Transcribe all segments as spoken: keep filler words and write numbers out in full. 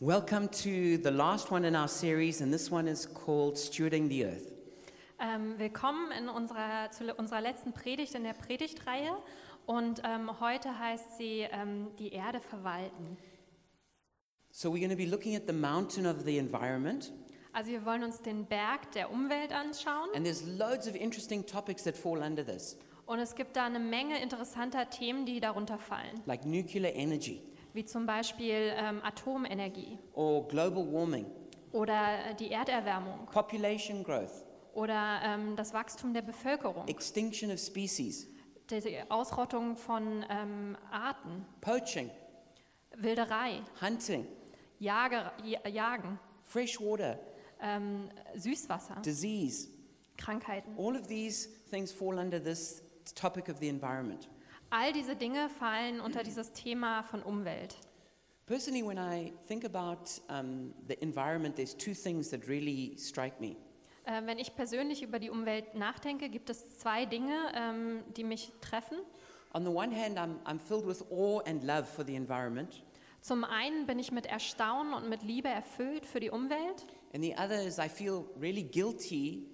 Welcome to the last one in our series, and this one is called Stewarding the Earth. Ähm, willkommen in unserer, zu le- unserer letzten Predigt in der Predigtreihe und ähm, heute heißt sie ähm, die Erde verwalten. So we're going to be looking at the mountain of the environment, Also wir wollen uns den Berg der Umwelt anschauen and there's loads of interesting topics that fall under this, und es gibt da eine Menge interessanter Themen, die darunter fallen, like nuclear energy wie zum Beispiel ähm, Atomenergie or global warming, oder äh, die Erderwärmung population growth, oder ähm, das Wachstum der Bevölkerung, extinction of species, die Ausrottung von ähm, Arten, poaching, Wilderei, hunting, Jager, J- Jagen, fresh water, ähm, Süßwasser, disease. Krankheiten. All of these things fall under this topic of the environment. All diese Dinge fallen unter dieses Thema von Umwelt. Personally, when I think about um, the environment, there's two things that really strike me. Äh, wenn ich persönlich über die Umwelt nachdenke, gibt es zwei Dinge, ähm, die mich treffen. On the one hand, I'm, I'm filled with awe and love for the environment. Zum einen bin ich mit Erstaunen und mit Liebe erfüllt für die Umwelt. And the other is I feel really guilty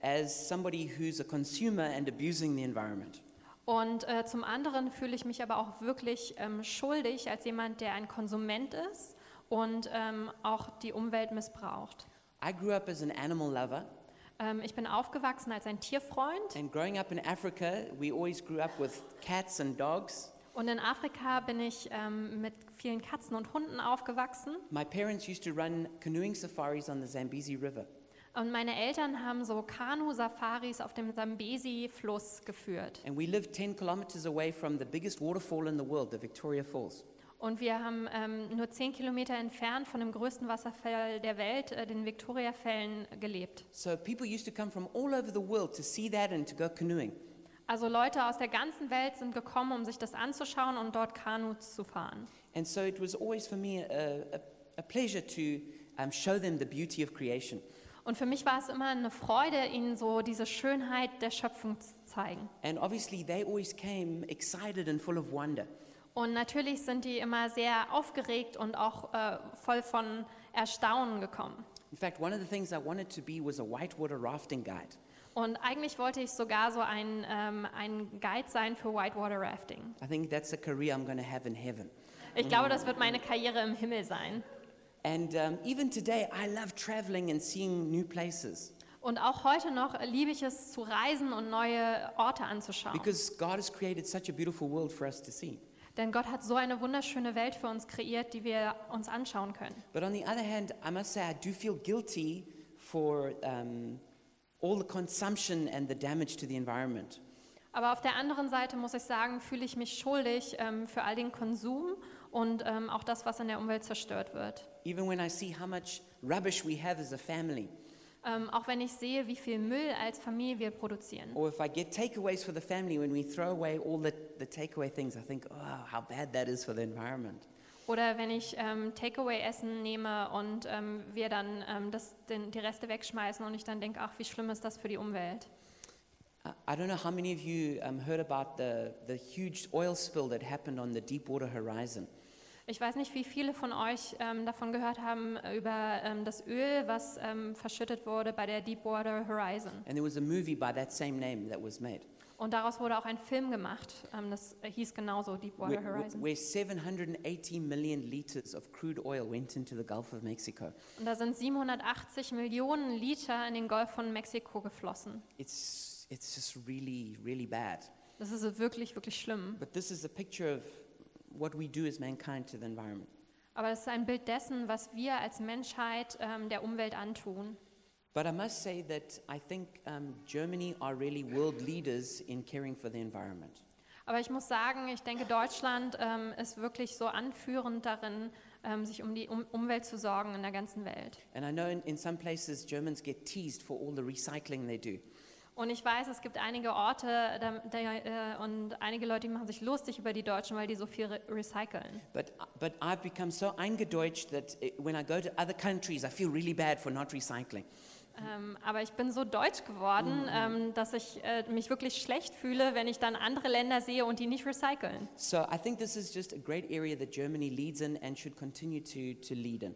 as somebody who's a consumer and abusing the environment. Und äh, zum anderen fühle ich mich aber auch wirklich ähm, schuldig als jemand, der ein Konsument ist und ähm, auch die Umwelt missbraucht. I grew up as an animal lover, Ähm, ich bin aufgewachsen als ein Tierfreund. and growing up in Africa, we always grew up with cats and dogs. Und in Afrika bin ich ähm, mit vielen Katzen und Hunden aufgewachsen. My parents used to run canoeing safaris on the Zambezi River. Und meine Eltern haben so Kanu-Safaris auf dem Zambezi-Fluss geführt. And we lived ten kilometers away from the biggest waterfall in the world, the Victoria Falls. Und wir haben ähm, nur zehn Kilometer entfernt von dem größten Wasserfall der Welt, äh, den Victoriafällen, gelebt. So people used to come from all over the world to see that and to go canoeing. Also Leute aus der ganzen Welt sind gekommen, um sich das anzuschauen und dort Kanu zu fahren. And so it was always for me a, a, a pleasure to um, show them the beauty of creation. Und für mich war es immer eine Freude, ihnen so diese Schönheit der Schöpfung zu zeigen. And obviously they always came excited and full of wonder. Und natürlich sind die immer sehr aufgeregt und auch äh, voll von Erstaunen gekommen. In fact, one of the things I wanted to be was a whitewater rafting guide. Und eigentlich wollte ich sogar so ein, ähm, ein Guide sein für Whitewater Rafting. I think that's a career I'm going to have in heaven. Ich glaube, das wird meine Karriere im Himmel sein. And um, even today, I love traveling and seeing new places Und auch heute noch liebe ich es, zu reisen und neue Orte anzuschauen. because God has created such a beautiful world for us to see. Denn Gott hat so eine wunderschöne Welt für uns kreiert, die wir uns anschauen können. But on the other hand, I must say I do feel guilty for um, all the consumption and the damage to the environment. Aber auf der anderen Seite muss ich sagen, fühle ich mich schuldig ähm, für all den Konsum und ähm, auch das, was in der Umwelt zerstört wird. Even when I see how much rubbish we have as a family, Ähm, auch wenn ich sehe, wie viel Müll als Familie wir produzieren. or if I get takeaways for the family, when we throw away all the, the takeaway things, I think, oh, how bad that is for the environment. Oder wenn ich ähm, Takeaway-Essen nehme und ähm, wir dann ähm, das, den, die Reste wegschmeißen und ich dann denke, ach, wie schlimm ist das für die Umwelt. Uh, I don't know how many of you um, heard about the, the huge oil spill that happened on the Deepwater Horizon. Ich weiß nicht, wie viele von euch ähm, davon gehört haben, äh, über ähm, das Öl, was ähm, verschüttet wurde bei der Deepwater Horizon. And there was a movie by that same name that was made, Und daraus wurde auch ein Film gemacht, ähm, das hieß genauso Deepwater where, Horizon. where seven hundred eighty million liters of crude oil went into the Gulf of Mexico. Und da sind siebenhundertachtzig Millionen Liter in den Golf von Mexiko geflossen. It's, it's just really, really bad. Das ist wirklich, wirklich schlimm. But this is a picture of what we do as mankind to the environment. Aber das ist ein Bild dessen, was wir als Menschheit ähm, der Umwelt antun. But I must say that I think um, Germany are really world leaders in caring for the environment. Aber ich muss sagen, ich denke, Deutschland ähm, ist wirklich so anführend darin, ähm, sich um die um Umwelt zu sorgen in der ganzen Welt. And I know in, in some places Germans get teased for all the recycling they do. Und ich weiß, es gibt einige Orte da, da, äh, und einige Leute, die machen sich lustig über die Deutschen, weil die so viel re recyceln. But, but I've become so eingedeutscht that it, when I go to other countries, I feel really bad for not recycling. Ähm, aber ich bin so deutsch geworden, Mhm. ähm, dass ich äh, mich wirklich schlecht fühle, wenn ich dann andere Länder sehe und die nicht recyceln. So I think this is just a great area that Germany leads in and should continue to, to lead in.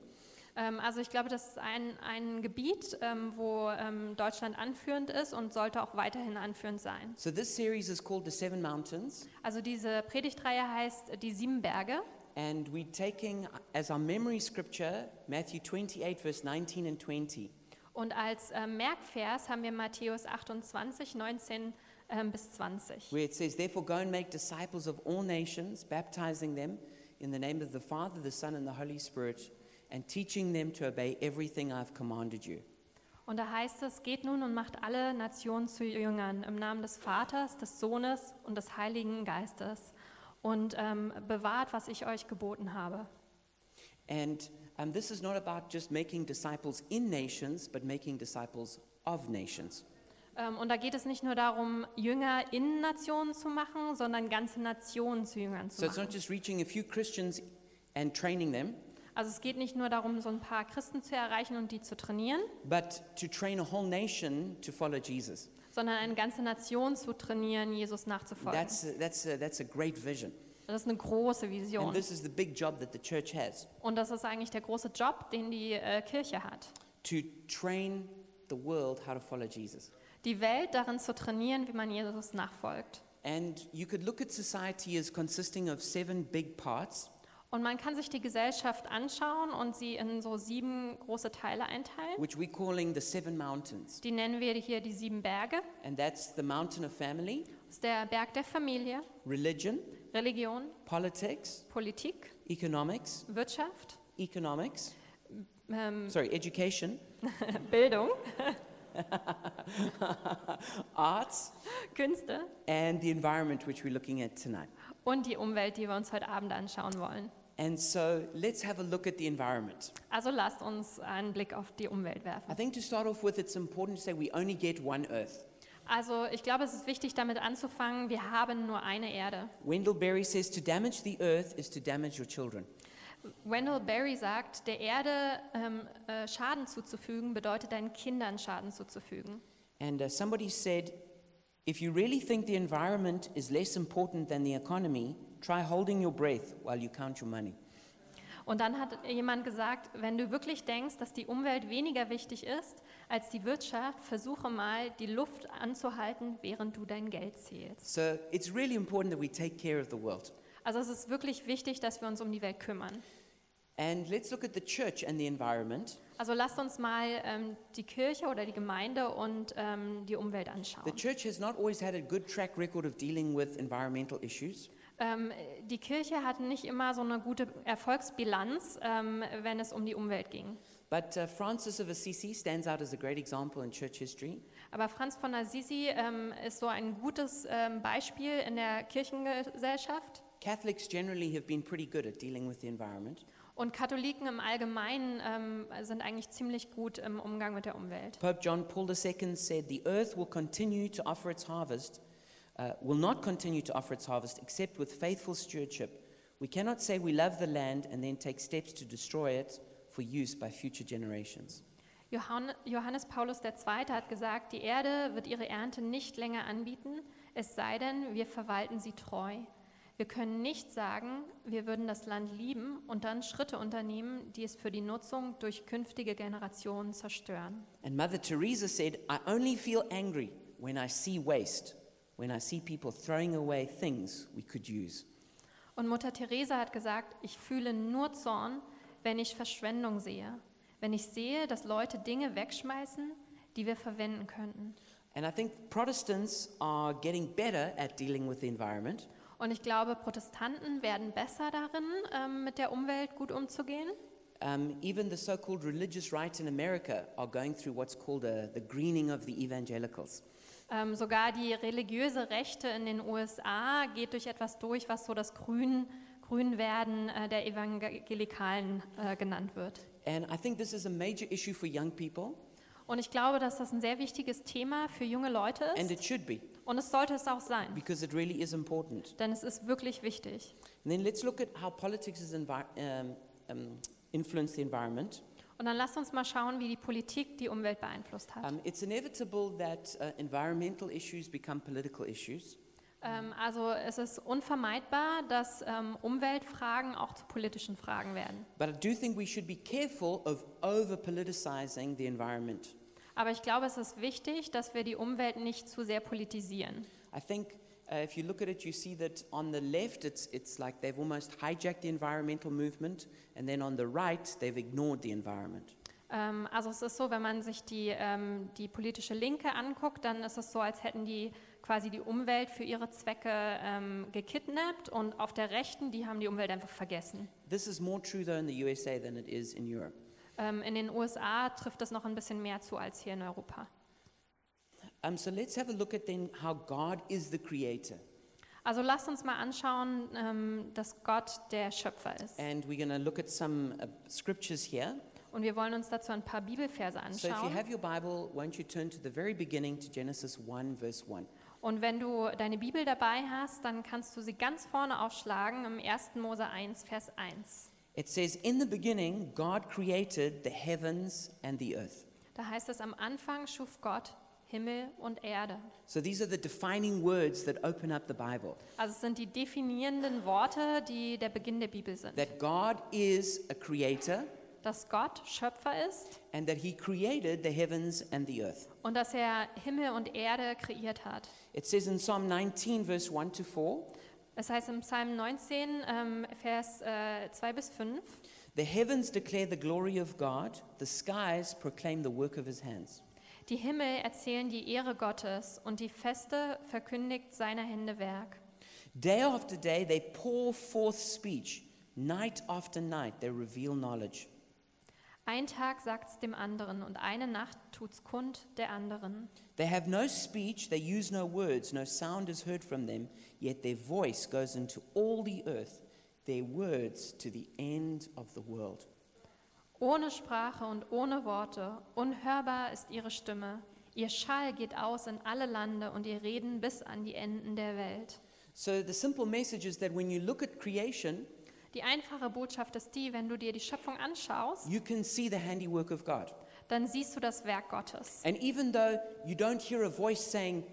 Ähm, also ich glaube, das ist ein, ein Gebiet, ähm, wo ähm, Deutschland anführend ist und sollte auch weiterhin anführend sein. So this series is called The Seven Mountains, Also diese Predigtreihe heißt Die sieben Berge. and we're taking as our memory scripture Matthew twenty-eight, verse nineteen and twenty. Und als ähm, Merkvers haben wir Matthäus achtundzwanzig, neunzehn ähm, bis zwanzig. Where it says, "Therefore go and make disciples of all nations, baptizing them in the name of the Father, the Son, and the Holy Spirit, and teaching them to obey everything I've commanded you." Und da heißt es, geht nun und macht alle Nationen zu Jüngern im Namen des Vaters, des Sohnes und des Heiligen Geistes und ähm, bewahrt, was ich euch geboten habe. And um, this is not about just making disciples in nations, but making disciples of nations. Ähm, und da geht es nicht nur darum, Jünger in Nationen zu machen, sondern ganze Nationen zu Jüngern zu So it's not machen. just reaching a few Christians and training them, Also es geht nicht nur darum, so ein paar Christen zu erreichen und die zu trainieren, but to train a whole nation to follow Jesus. sondern eine ganze Nation zu trainieren, Jesus nachzufolgen. That's a, that's a, that's a great vision. Das ist eine große And Vision. this is the big job that the church has, Und das ist eigentlich der große Job, den die äh, Kirche hat. to train the world how to follow Jesus. Die Welt darin zu trainieren, wie man Jesus nachfolgt. And you could look at society as consisting of seven big parts. Und man kann sich die Gesellschaft anschauen und sie in so sieben große Teile einteilen. which we're calling the seven mountains. Die nennen wir hier die sieben Berge. And that's the mountain of family, Das ist der Berg der Familie, religion, Religion, politics, Politik, economics, Wirtschaft, economics, ähm, sorry, education, Bildung, arts, Künste and the environment, which we're looking at tonight. und die Umwelt, die wir uns heute Abend anschauen wollen. And so let's have a look at the environment. Also lasst uns einen Blick auf die Umwelt I werfen. think to start off with, it's important to say we only get one earth. Also ich glaube, es ist wichtig, damit anzufangen, wir haben nur eine Erde. Wendell Berry says to damage the earth is to damage your children. Wendell Berry sagt, der Erde ähm, äh, Schaden zuzufügen, bedeutet deinen Kindern Schaden zuzufügen. And uh, somebody said, if you really think the environment is less important than the economy, try holding your breath while you count your money. Und dann hat jemand gesagt, wenn du wirklich denkst, dass die Umwelt weniger wichtig ist als die Wirtschaft, versuche mal, die Luft anzuhalten, während du dein Geld zählst. So it's really important that we take care of the world. Also es ist wirklich wichtig, dass wir uns um die Welt kümmern. And let's look at the church and the environment. Also lasst uns mal ähm, die Kirche oder die Gemeinde und ähm, die Umwelt The anschauen. church has not always had a good track record of dealing with environmental issues. Ähm, die Kirche hat nicht immer so eine gute Erfolgsbilanz, ähm, wenn es um die Umwelt ging. But uh, Francis of Assisi stands out as a great example in church history. Aber Franz von Assisi ähm, ist so ein gutes ähm, Beispiel in der Kirchengesellschaft. Catholics generally have been pretty good at dealing with the environment. Und Katholiken im Allgemeinen ähm, sind eigentlich ziemlich gut im Umgang mit der Umwelt. Pope John Paul the Second said, "The earth will continue to offer its harvest, uh, will not continue to offer its harvest except with faithful stewardship. We cannot say we love the land and then take steps to destroy it for use by future generations." Johann, Johannes Paulus der Zweite hat gesagt, die Erde wird ihre Ernte nicht länger anbieten, es sei denn, wir verwalten sie treu. Wir können nicht sagen, wir würden das Land lieben und dann Schritte unternehmen, die es für die Nutzung durch künftige Generationen zerstören. And Mother Teresa said, "I only feel angry when I see waste, when I see people throwing away things we could use." Und Mutter Teresa hat gesagt, ich fühle nur Zorn, wenn ich Verschwendung sehe, wenn ich sehe, dass Leute Dinge wegschmeißen, die wir verwenden könnten. And I think Protestants are getting better at dealing with the environment. Und ich glaube, Protestanten werden besser darin, ähm, mit der Umwelt gut umzugehen. Um, even the so-called religious right in America are going through what's called a, the greening of the evangelicals. Ähm, sogar die religiöse Rechte in den U S A geht durch etwas durch, was so das Grün, Grünwerden äh, der Evangelikalen äh, genannt wird. And I think this is a major issue for young people, Und ich glaube, dass das ein sehr wichtiges Thema für junge Leute and ist. it should be, Und es sollte es auch sein, because it really is important. denn es ist wirklich wichtig. And then let's look at how politics has envi- um, um, influenced the environment. Und dann lasst uns mal schauen, wie die Politik die Umwelt beeinflusst hat. Um, it's inevitable that uh, environmental issues become political issues. Ähm, also es ist unvermeidbar, dass ähm, Umweltfragen auch zu politischen Fragen werden. But I do think we should be careful of over-politicizing the environment. Aber ich glaube, es ist wichtig, dass wir die Umwelt nicht zu sehr politisieren. I think uh, if you look at it, you see that on the left, it's, it's like they've almost hijacked the environmental movement, and then on the right, they've ignored the environment. Ähm, also es ist so, wenn man sich die, ähm, die politische Linke anguckt, dann ist es so, als hätten die quasi die Umwelt für ihre Zwecke ähm, gekidnappt, und auf der Rechten, die haben die Umwelt einfach vergessen. This is more true, though, in the U S A than it is in Europe. Ähm, in den U S A trifft das noch ein bisschen mehr zu als hier in Europa. Um, so let's have a look at then how God is the creator. Also lasst uns mal anschauen, ähm, dass Gott der Schöpfer ist. And we're going to look at some uh, scriptures here. Und wir wollen uns dazu ein paar Bibelverse So if you anschauen. have your Bible, won't you turn to the very beginning, to Genesis one, verse one. Und wenn du deine Bibel dabei hast, dann kannst du sie ganz vorne aufschlagen im ersten Mose eins, Vers eins. It says, "In the beginning, God created the heavens and the earth." Da heißt es, am Anfang schuf Gott Himmel und Erde. So these are the defining words that open up the Bible. Also es sind die definierenden Worte, die der Beginn der Bibel sind. That God is a creator Dass Gott Schöpfer ist and that he created the heavens and the earth. und dass er Himmel und Erde kreiert hat. It says in Psalm nineteen, verse one to four, Es heißt im Psalm neunzehn, ähm, Vers äh, zwei bis fünf, "The heavens declare the glory of God, the skies proclaim the work of his hands." die Himmel erzählen die Ehre Gottes und die Feste verkündigt seiner Hände Werk. Day after day they pour forth speech, night after night they reveal knowledge. Ein Tag sagt's dem anderen und eine Nacht tut's kund der anderen. They have no speech, they use no words, no sound is heard from them, yet their voice goes into all the earth, their words to the end of the world. Ohne Sprache und ohne Worte, unhörbar ist ihre Stimme. Ihr Schall geht aus in alle Lande und ihr Reden bis an die Enden der Welt. So the simple message is that when you look at creation, Die einfache Botschaft ist die, wenn du dir die Schöpfung anschaust, you can see the handiwork of God. dann siehst du das Werk Gottes. And even though you don't hear a voice saying,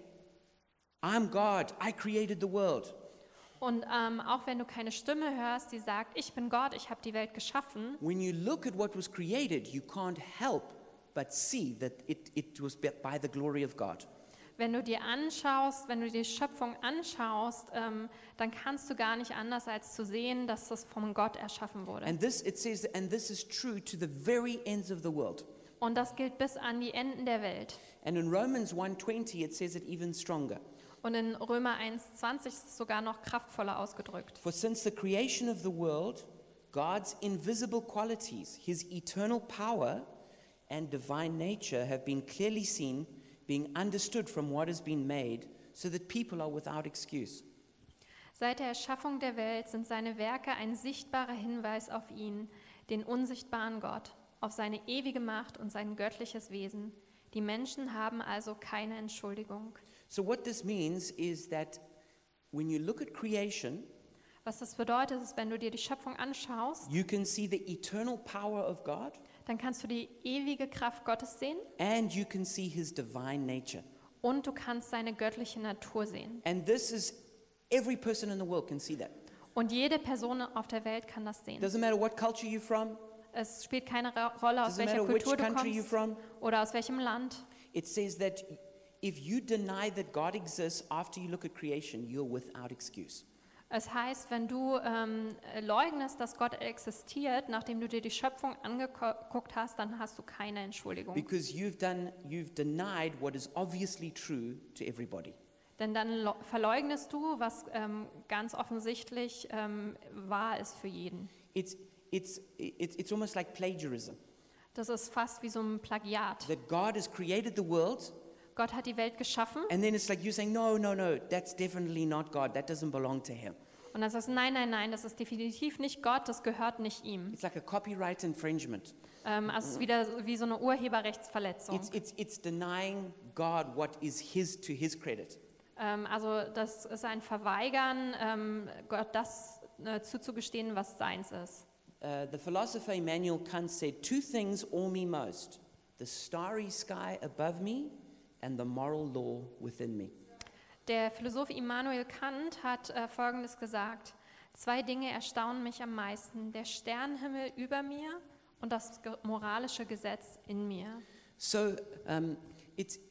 "I'm God, I created the world," Und ähm, auch wenn du keine Stimme hörst, die sagt, ich bin Gott, ich habe die Welt geschaffen, when you look at what was created, you can't help but see that it, it was by the glory of God. wenn du dir anschaust, wenn du die Schöpfung anschaust, ähm, dann kannst du gar nicht anders als zu sehen, dass das von Gott erschaffen wurde. And this, it says, and this is true to the very ends of the world. Und das gilt bis an die Enden der Welt. And in Romans one twenty, it says it even stronger. Und in Römer eins zwanzig ist es sogar noch kraftvoller ausgedrückt. For since the creation of the world, God's invisible qualities, his eternal power and divine nature have been clearly seen, being understood from what has been made, so that people are without excuse. Seit der Erschaffung der Welt sind seine Werke ein sichtbarer Hinweis auf ihn, den unsichtbaren Gott, auf seine ewige Macht und sein göttliches Wesen. Die Menschen haben also keine Entschuldigung. So what this means is that when you look at creation, Was das bedeutet, ist, wenn du dir die Schöpfung anschaust, you can see the eternal power of God dann kannst du die ewige Kraft Gottes sehen and you can see his divine nature. und du kannst seine göttliche Natur sehen. And this is, every person in the world can see that. Und jede Person auf der Welt kann das sehen. Doesn't matter what culture you're from, Es spielt keine Ra- Rolle, aus doesn't welcher matter which Kultur du country you're kommst from. oder aus welchem Land. It says that if you deny that God exists after you look at creation, you're without excuse. Es heißt, wenn du ähm, leugnest, dass Gott existiert, nachdem du dir die Schöpfung angeguckt hast, dann hast du keine Entschuldigung. Because you've done, you've denied what is obviously true to everybody. Denn dann lo- verleugnest du, was ähm, ganz offensichtlich ähm, wahr ist für jeden. It's, it's, it's, it's almost like plagiarism. Das ist fast wie so ein Plagiat. That God has created the world, Gott hat die Welt geschaffen and then it's like you're saying, no, no, no, that's definitely not God. That doesn't belong to him. und dann sagst du, nein, nein, nein, das ist definitiv nicht Gott, das gehört nicht ihm. It's like a copyright infringement. Ähm, also es ist wieder so- wie so eine Urheberrechtsverletzung. It's, it's, it's denying God what is his to his credit. Ähm, also das ist ein Verweigern, ähm, Gott das äh, zuzugestehen, was seins ist. Uh, the philosopher Immanuel Kant said, two things awe me most, the starry sky above me and the moral law within me. Der Philosoph Immanuel Kant hat äh, Folgendes gesagt: Zwei Dinge erstaunen mich am meisten: der Sternenhimmel über mir und das ge- moralische Gesetz in mir. So um, it's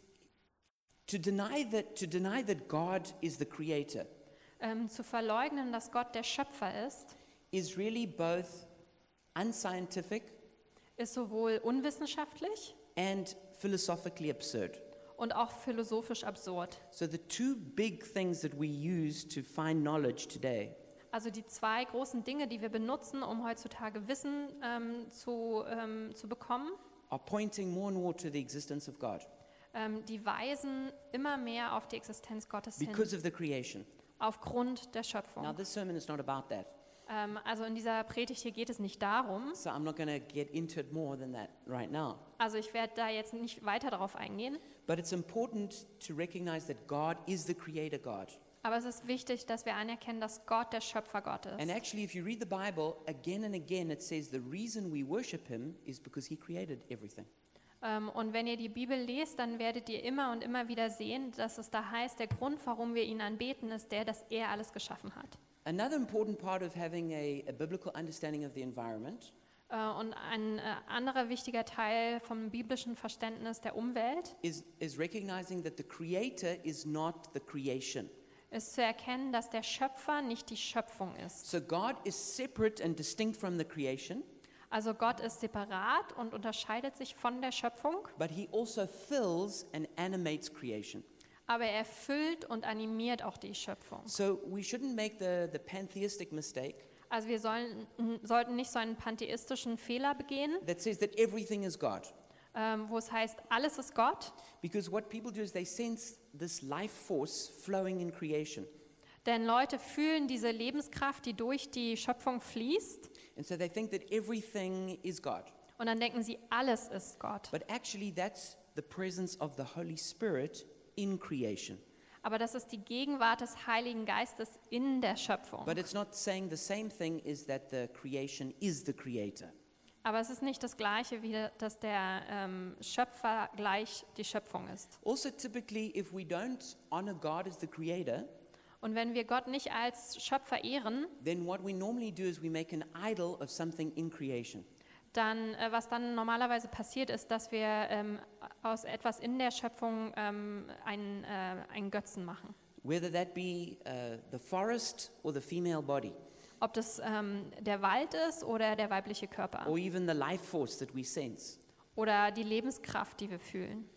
to deny that to deny that God is the creator Ähm, zu verleugnen, dass Gott der Schöpfer ist, is really both unscientific ist sowohl unwissenschaftlich and philosophically absurd. und auch philosophisch absurd. So the two big things that we use to find knowledge today Also die zwei großen Dinge, die wir benutzen, um heutzutage Wissen ähm, zu, ähm, zu bekommen, are pointing more and more to the existence of God ähm, die weisen immer mehr auf die Existenz Gottes hin, because of the creation. aufgrund der Schöpfung. Now this sermon is not about that. Ähm, also in dieser Predigt hier geht es nicht darum, So I'm not going to get into it more than that right now. also ich werde da jetzt nicht weiter darauf eingehen, But it's important to recognize that God is the creator God. aber es ist wichtig, dass wir anerkennen, dass Gott der Schöpfer Gott And ist. actually, if you read the Bible again and again, it says the reason we worship him is because he created everything. Ähm, und wenn ihr die Bibel lest, dann werdet ihr immer und immer wieder sehen, dass es da heißt, der Grund, warum wir ihn anbeten, ist der, dass er alles geschaffen hat. Another important part of having a, a biblical understanding of the environment Äh, und ein äh, anderer wichtiger Teil vom biblischen Verständnis der Umwelt is, is recognizing that the creator is not the creation. ist zu erkennen, dass der Schöpfer nicht die Schöpfung ist. So God is separate and distinct from the creation, Also Gott ist separat und unterscheidet sich von der Schöpfung, but he also fills and animates creation. aber er füllt und animiert auch die Schöpfung. So we shouldn't make the, the pantheistic mistake Also wir sollen, sollten nicht so einen pantheistischen Fehler begehen, that says that everything is God. ähm, wo es heißt, alles ist Gott. Because what people do is they sense this life force flowing in creation. Denn Leute fühlen diese Lebenskraft, die durch die Schöpfung fließt, And so they think that everything is God. und dann denken sie, alles ist Gott. But actually, that's the presence of the Holy Spirit in creation. Aber das ist die Gegenwart des Heiligen Geistes in der Schöpfung. But it's not saying the same thing is that the creation is the creator. Aber es ist nicht das Gleiche, wie dass der ähm, Schöpfer gleich die Schöpfung ist. Also, typically, if we don't honor God as the creator, Und wenn wir Gott nicht als Schöpfer ehren, then what we normally do is we make an idol of something in creation. dann, äh, was dann normalerweise passiert, ist, dass wir ähm, aus etwas in der Schöpfung ähm, einen, äh, einen Götzen machen. Whether that be uh, the forest or the female body, Ob das ähm, der Wald ist oder der weibliche Körper or even the life force that we sense. oder die Lebenskraft, die wir fühlen.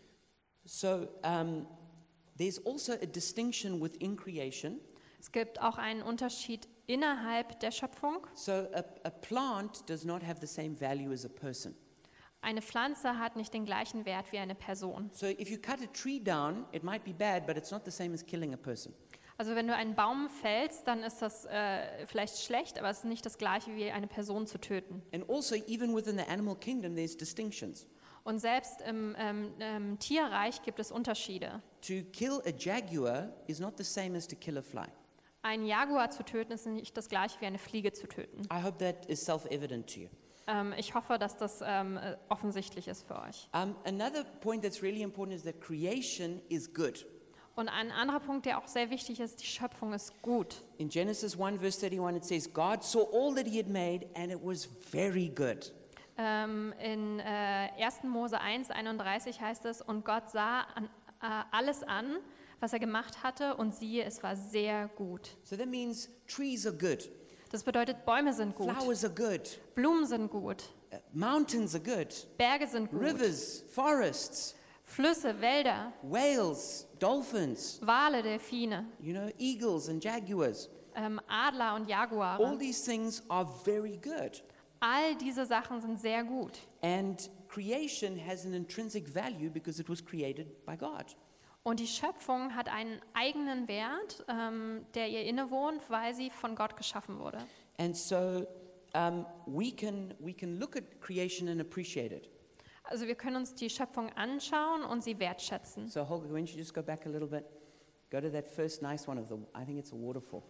So, um, there's also a distinction within creation. Es gibt auch einen Unterschied innerhalb der Schöpfung. So, a, a plant does not have the same value as a person. Eine Pflanze hat nicht den gleichen Wert wie eine Person. So, if you cut a tree down, it might be bad, but it's not the same as killing a person. Also wenn du einen Baum fällst, dann ist das äh, vielleicht schlecht, aber es ist nicht das Gleiche wie eine Person zu töten. And also, even within the animal kingdom, there's distinctions. Und selbst im ähm, ähm, Tierreich gibt es Unterschiede. To kill a jaguar is not the same as to kill a fly. Einen Jaguar zu töten ist nicht das Gleiche wie eine Fliege zu töten. I hope that is self-evident to you. Ähm, ich hoffe, dass das ähm, äh, offensichtlich ist für euch. Um, another point that's really important is that creation is good. Und ein anderer Punkt, der auch sehr wichtig ist, die Schöpfung ist gut. In Genesis one verse thirty-one, it says, God saw all that he had made, and it was very good. Ähm, in äh, ersten Mose eins einunddreißig heißt es, und Gott sah an, äh, alles an, was er gemacht hatte, und siehe, es war sehr gut. So that means trees are good, Das bedeutet, Bäume sind gut, flowers are good, Blumen sind gut, uh, mountains are good, Berge sind gut, rivers, forests, Flüsse, Wälder, whales, dolphins, Wale, Delfine, you know, eagles and jaguars. ähm, Adler und All Jaguare. these things are very good. All diese Sachen sind sehr gut. And creation has an intrinsic value because it was created by God. Und die Schöpfung hat einen eigenen Wert, ähm, der ihr innewohnt, weil sie von Gott geschaffen wurde. And so um, we can we can look at creation and appreciate it. Also wir können uns die Schöpfung anschauen und sie wertschätzen. So Holger, why don't you just go back a little bit? Go to that first nice one of the, I think it's a waterfall.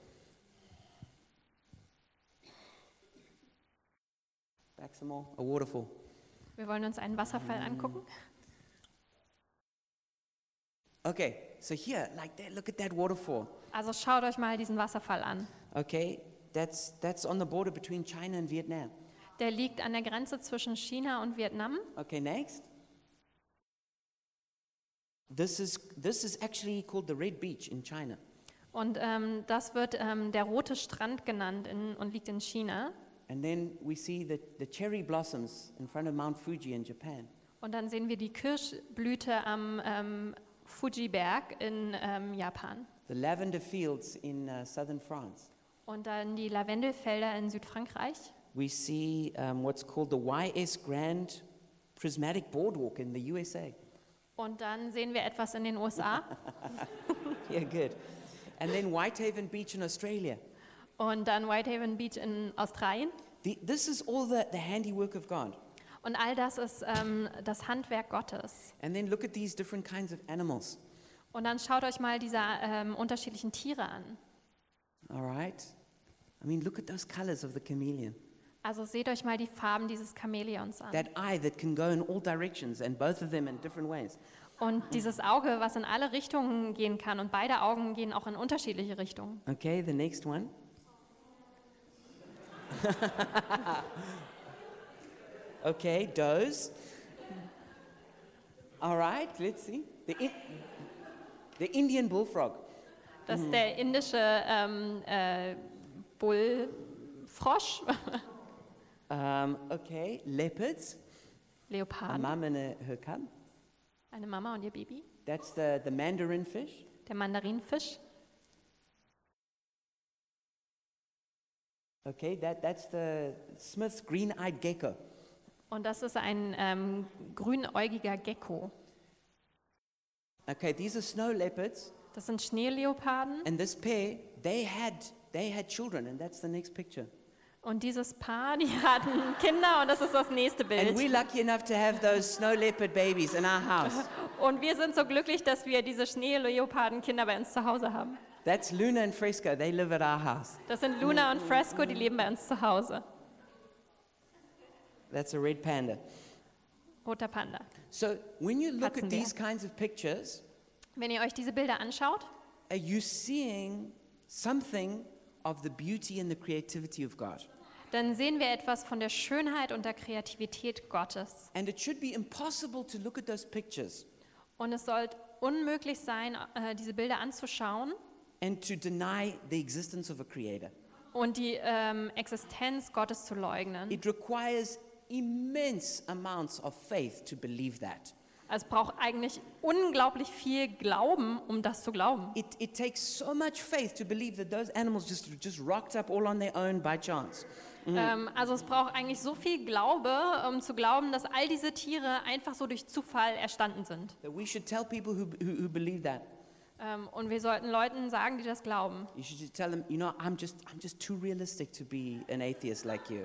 Back some more, a waterfall. Wir wollen uns einen Wasserfall angucken. Okay, so here, like that, look at that waterfall. Also schaut euch mal diesen Wasserfall an. Okay, that's that's on the border between China and Vietnam. Der liegt an der Grenze zwischen China und Vietnam. Okay, next. This is this is actually called the Red Beach in China. Und ähm, das wird ähm, der rote Strand genannt in, und liegt in China. And then we see the, the cherry blossoms in front of Mount Fuji in Japan. Und dann sehen wir die Kirschblüte am ähm, Fuji-Berg in ähm, Japan. The lavender fields in uh, southern France. Und dann die Lavendelfelder in Südfrankreich. We see um, what's called the Y S Grand Prismatic Boardwalk in the U S A. Und dann sehen wir etwas in den U S A. Yeah, good. And then Whitehaven Beach in Australia. Und dann Whitehaven Beach in Australien. The, this is all the, the handiwork of God. Und all das ist ähm, das Handwerk Gottes. And then look at these different kinds of animals. Und dann schaut euch mal diese ähm, unterschiedlichen Tiere an. All right? I mean, look at those colors of the chameleon. Also seht euch mal die Farben dieses Chamäleons an. That eye that can go in all directions and both of them in different ways. Und dieses Auge, was in alle Richtungen gehen kann. Und beide Augen gehen auch in unterschiedliche Richtungen. Okay, the next one. Okay, does. All right, let's see. The, in, the Indian bullfrog. Das ist der indische ähm, äh, Bullfrosch. Um, okay, leopards. A Leoparden. mum and a, her cub. Eine Mama und ihr Baby. That's the, the mandarin fish. Der Mandarinfisch. Okay, that, that's the Smith's green-eyed gecko. Und das ist ein ähm, grünäugiger Gecko. Okay, these are snow leopards, Das sind Schneeleoparden. and this pair, they had they had children, and that's the next picture. Und dieses Paar, die hatten Kinder und das ist das nächste And we're Bild. lucky enough to have those snow leopard babies in our house. Und wir sind so glücklich, dass wir diese Schneeleoparden-Kinder bei uns zu Hause haben. That's Luna and Fresco. They live at our house. Das sind Luna und Fresco, die leben bei uns zu Hause. That's a red panda. Roter Panda. So when you look at Katzenbär. these kinds of pictures, Wenn ihr euch diese Bilder anschaut, are you seeing something of the beauty and the creativity of God? dann sehen wir etwas von der Schönheit und der Kreativität Gottes. And it should be impossible to look at those pictures Und es sollte unmöglich sein, äh, diese Bilder anzuschauen and to deny the existence of a creator. und die ähm, Existenz Gottes zu leugnen. It requires immense amounts of faith to believe that. Also es braucht eigentlich unglaublich viel Glauben, um das zu glauben. It, it takes so much faith to believe that those animals just, just rocked up all on their own by chance. Ähm, also es braucht eigentlich so viel Glaube, um zu glauben, dass all diese Tiere einfach so durch Zufall erstanden sind. That we should tell people who, who, who believe that. Ähm, und wir sollten Leuten sagen, die das glauben. You should just tell them, you know, I'm just, I'm just too realistic to be an atheist like you.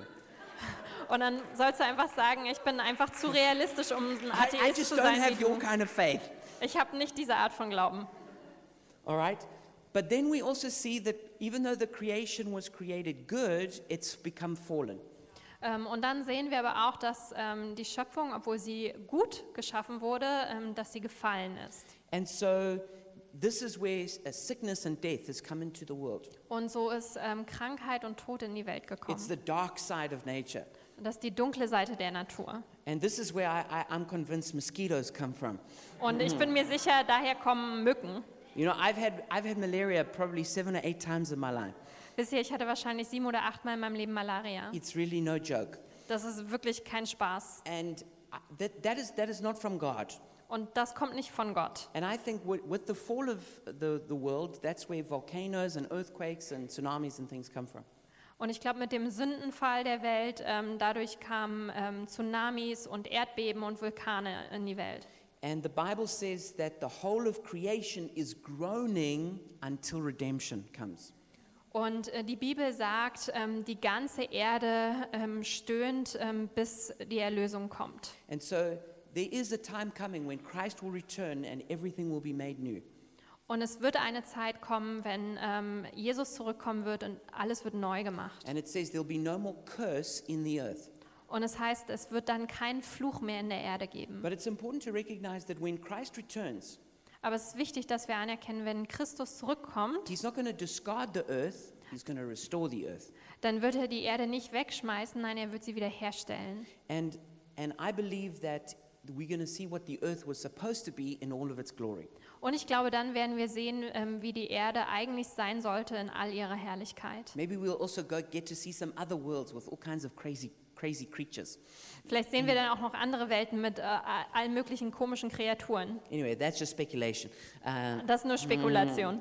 Und dann sollst du einfach sagen, ich bin einfach zu realistisch, um ein I, I Atheist just zu don't sein have wie your du. kind of faith. Ich habe nicht diese Art von Glauben. All right? But then we also see that even though the creation was created good, it's become fallen. Ähm, und dann sehen wir aber auch, dass ähm, die Schöpfung, obwohl sie gut geschaffen wurde, ähm, dass sie gefallen ist. And so this is where a sickness and death has come into the world. Und so ist ähm, Krankheit und Tod in die Welt gekommen. It's the dark side of nature. Und das ist die dunkle Seite der Natur. And this is where I, I, I'm convinced mosquitoes come from. Und ich bin mir sicher, daher kommen Mücken. You know, I've had, I've had malaria probably seven or eight times in my life. Bisher, ich hatte wahrscheinlich sieben oder achtmal in meinem Leben Malaria. It's really no joke. Das ist wirklich kein Spaß. And I- that, that, is, that is not from God. Und das kommt nicht von Gott. And I think with, with the fall of the, the world, that's where volcanoes and earthquakes and tsunamis and things come from. Und ich glaube, mit dem Sündenfall der Welt, ähm, dadurch kamen ähm, Tsunamis und Erdbeben und Vulkane in die Welt. And the Bible says that the whole of creation is groaning until redemption comes. Und äh, die Bibel sagt, ähm, die ganze Erde ähm, stöhnt, ähm, bis die Erlösung kommt. And so there is a time coming when Christ will return and everything will be made new. Und es wird eine Zeit kommen, wenn ähm, Jesus zurückkommen wird und alles wird neu gemacht. And it says there'll be no more curse in the earth. Und es heißt, es wird dann keinen Fluch mehr in der Erde geben. But it's important to recognize that when Christ returns, Aber es ist wichtig, dass wir anerkennen, wenn Christus zurückkommt, He's not going to discard the earth, He's going to restore the earth. dann wird er die Erde nicht wegschmeißen, nein, er wird sie wieder herstellen. And, and I believe that we're going to see what the earth was supposed to be in all of its glory. Und ich glaube, dann werden wir sehen, ähm, wie die Erde eigentlich sein sollte in all ihrer Herrlichkeit. Maybe we'll also go get to see some other worlds with all kinds of crazy, crazy creatures. Vielleicht sehen wir dann auch noch andere Welten mit äh, allen möglichen komischen Kreaturen. Anyway, that's just speculation. Uh, Das ist nur Spekulation.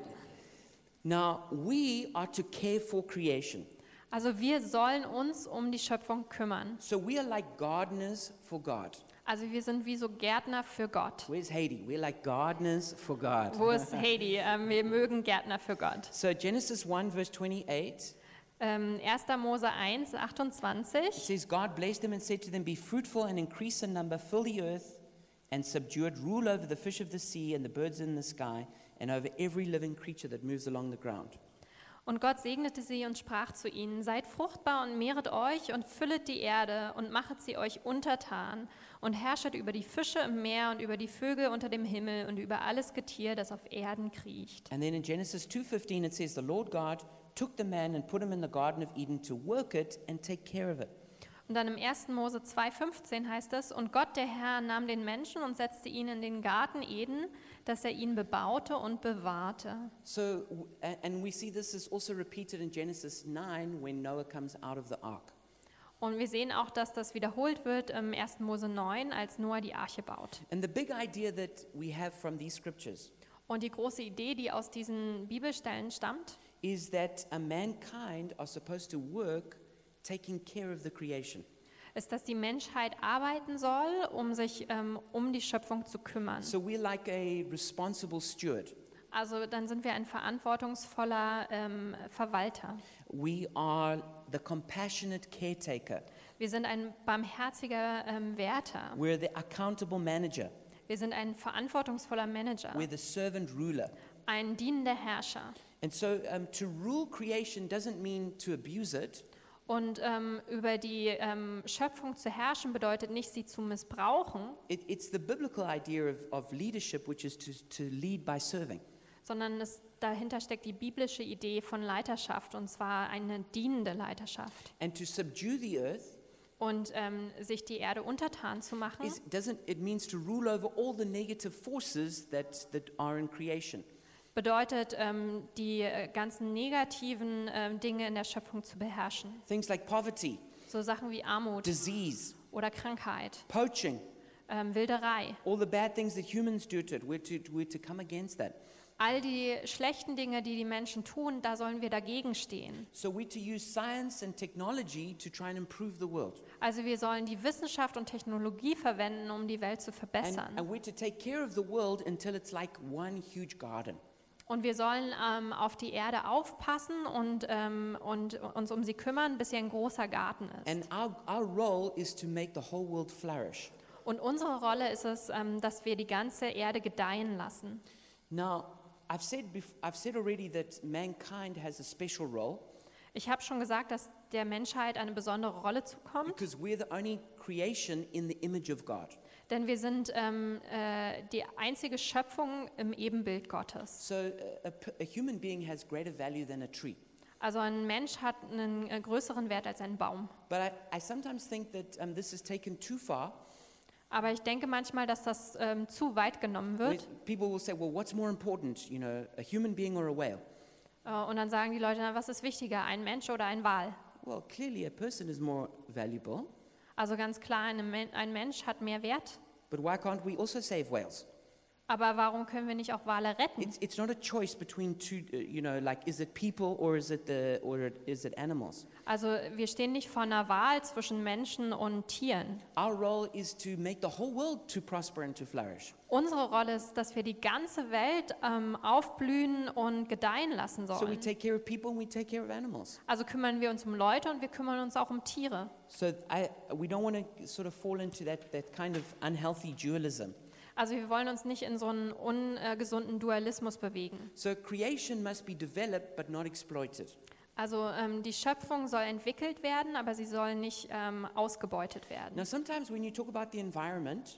now, we are to care for creation. Also wir sollen uns um die Schöpfung kümmern. So we are like gardeners for God. Also wir sind wie so Gärtner für Gott. Where's Haiti? We're like gardeners for God. Wo ist Heidi? Ähm, wir mögen Gärtner für Gott. So Genesis one verse twenty-eight, Ähm, erster Mose eins, it achtundzwanzig. says, God blessed them and said to them, be fruitful and increase in number, fill the earth and subdue it, rule over the fish of the sea and the birds in the sky and over every living creature that moves along the ground. Und Gott segnete sie und sprach zu ihnen, seid fruchtbar und mehret euch und füllet die Erde und machet sie euch untertan und herrschet über die Fische im Meer und über die Vögel unter dem Himmel und über alles Getier, das auf Erden kriecht. And then in Genesis two fifteen it says, the Lord God took the man and put him in the Garden of Eden to work it and take care of it. Und dann im ersten Mose zwei fünfzehn heißt es, und Gott, der Herr, nahm den Menschen und setzte ihn in den Garten Eden, dass er ihn bebaute und bewahrte. So, w- a- and we see this is also repeated in Genesis nine when Noah comes out of the ark. Und wir sehen auch, dass das wiederholt wird im ersten Mose neun, als Noah die Arche baut. And the big idea that we have from these scriptures Und die große Idee, die aus diesen Bibelstellen stammt, is that a mankind are supposed to work taking care of the creation. ist, dass die Menschheit arbeiten soll, um sich ähm, um die Schöpfung zu kümmern. So we're like a responsible steward. Also dann sind wir ein verantwortungsvoller ähm, Verwalter. We are the compassionate caretaker. Wir sind ein barmherziger ähm, Wärter. We're the accountable manager. Wir sind ein verantwortungsvoller Manager, We're the servant ruler. ein dienender Herrscher. And so um, to rule creation doesn't mean to abuse it. Und ähm, über die ähm, Schöpfung zu herrschen bedeutet nicht, sie zu missbrauchen, It, it's the biblical idea of, of leadership, which is to, to lead by serving. sondern es, dahinter steckt die biblische Idee von Leiterschaft, und zwar eine dienende Leiterschaft. And to subdue the earth Und ähm, sich die Erde untertan zu machen, is, doesn't, it means to rule over all the negative forces that, that are in creation. bedeutet, ähm, die äh, ganzen negativen ähm, Dinge in der Schöpfung zu beherrschen. Things like poverty, So Sachen wie Armut disease, oder Krankheit, poaching, ähm, Wilderei. all the bad things that humans do to it. We're to, we're to come against that. All die schlechten Dinge, die die Menschen tun, da sollen wir dagegen stehen. So we're to use science and technology to try and improve the world. Also wir sollen die Wissenschaft und Technologie verwenden, um die Welt zu And, verbessern. and we're to take care of the world until it's like one huge garden. Und wir sollen ähm, auf die Erde aufpassen und, ähm, und uns um sie kümmern, bis sie ein großer Garten ist. And our, our role is to make the whole world flourish. Und unsere Rolle ist es, ähm, dass wir die ganze Erde gedeihen lassen. Now, I've said, bef- I've said already that mankind has a special role Ich habe schon gesagt, dass der Menschheit eine besondere Rolle zukommt, because we're the only creation in the image of God. denn wir sind ähm, äh, die einzige Schöpfung im Ebenbild Gottes. So a, a p- a human being has greater value than a tree. Also ein Mensch hat einen äh, größeren Wert als ein Baum. But I, I sometimes think that um, this is taken too far. Aber ich denke manchmal, dass das ähm, zu weit genommen Where wird. people will say, well, what's more important, you know, a human being or a whale? Äh, und dann sagen die Leute, na, was ist wichtiger, ein Mensch oder ein Wal? Well, clearly a person is more valuable, Also ganz klar, eine Men- ein Mensch hat mehr Wert. but why can't we also save whales? Aber warum können wir nicht auch Wale retten? It's, it's not a choice between two, uh, you know, like is it people or is it the or it- is it animals? Also wir stehen nicht vor einer Wahl zwischen Menschen und Tieren. Our role is to make the whole world to prosper and to flourish. Unsere Rolle ist, dass wir die ganze Welt ähm, aufblühen und gedeihen lassen So we sollen. take care of people and we take care of animals. Also kümmern wir uns um Leute und wir kümmern uns auch um Tiere. So I, we don't want to sort of fall into that, that kind of unhealthy dualism. Also wir wollen uns nicht in so einen ungesunden Dualismus bewegen. So creation must be developed but not exploited. Also ähm, die Schöpfung soll entwickelt werden, aber sie soll nicht ähm, ausgebeutet werden. Now sometimes when you talk about the environment,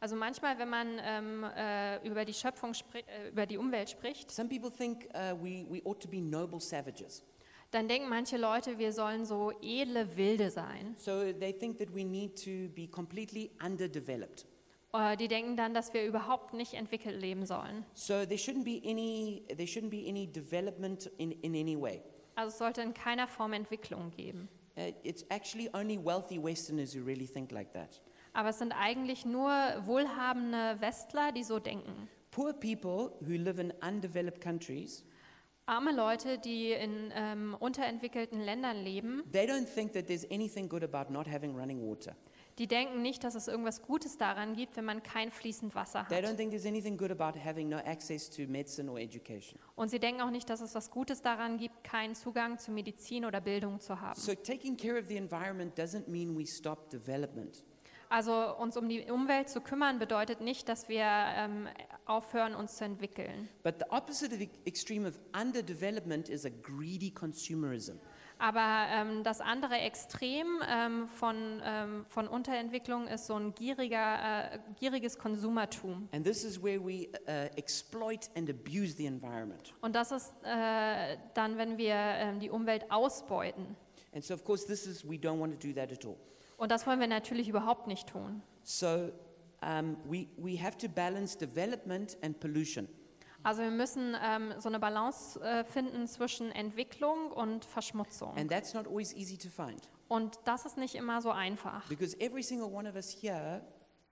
Also manchmal, wenn man ähm, äh, über die Schöpfung, spri- äh, über die Umwelt spricht, Some people think uh, we, we ought to be noble savages. dann denken manche Leute, wir sollen so edle Wilde sein. So they think that we need to be completely underdeveloped. Äh, die denken dann, dass wir überhaupt nicht entwickelt leben sollen. So there shouldn't be any, there shouldn't be any development in, in any way. Also es sollte in keiner Form Entwicklung geben. Uh, it's actually only wealthy Westerners who really think like that. Aber es sind eigentlich nur wohlhabende Westler, die so denken. Poor people who live in undeveloped countries, Arme Leute, die in ähm, unterentwickelten Ländern leben, they don't think that there's anything good about not having running water. die denken nicht, dass es irgendwas Gutes daran gibt, wenn man kein fließend Wasser They don't hat. think there's anything good about having no access to medicine or education. Und sie denken auch nicht, dass es was Gutes daran gibt, keinen Zugang zu Medizin oder Bildung zu haben. So taking care of the environment doesn't mean we stop development. Also uns um die Umwelt zu kümmern, bedeutet nicht, dass wir ähm, aufhören, uns zu entwickeln. But the opposite of the extreme of underdevelopment is a greedy consumerism. Aber ähm, das andere Extrem ähm, von, ähm, von Unterentwicklung ist so ein gieriger, äh, gieriges Konsumertum. And this is where we uh, exploit and abuse the environment. Und das ist äh, dann, wenn wir ähm, die Umwelt ausbeuten. And so, of course, this is, we don't want to do that at all. Und das wollen wir natürlich überhaupt nicht tun. So um, we, we have to balance development and pollution. Also wir müssen ähm, so eine Balance äh, finden zwischen Entwicklung und Verschmutzung. And that's not always easy to find. Und das ist nicht immer so einfach. Because every single one of us here,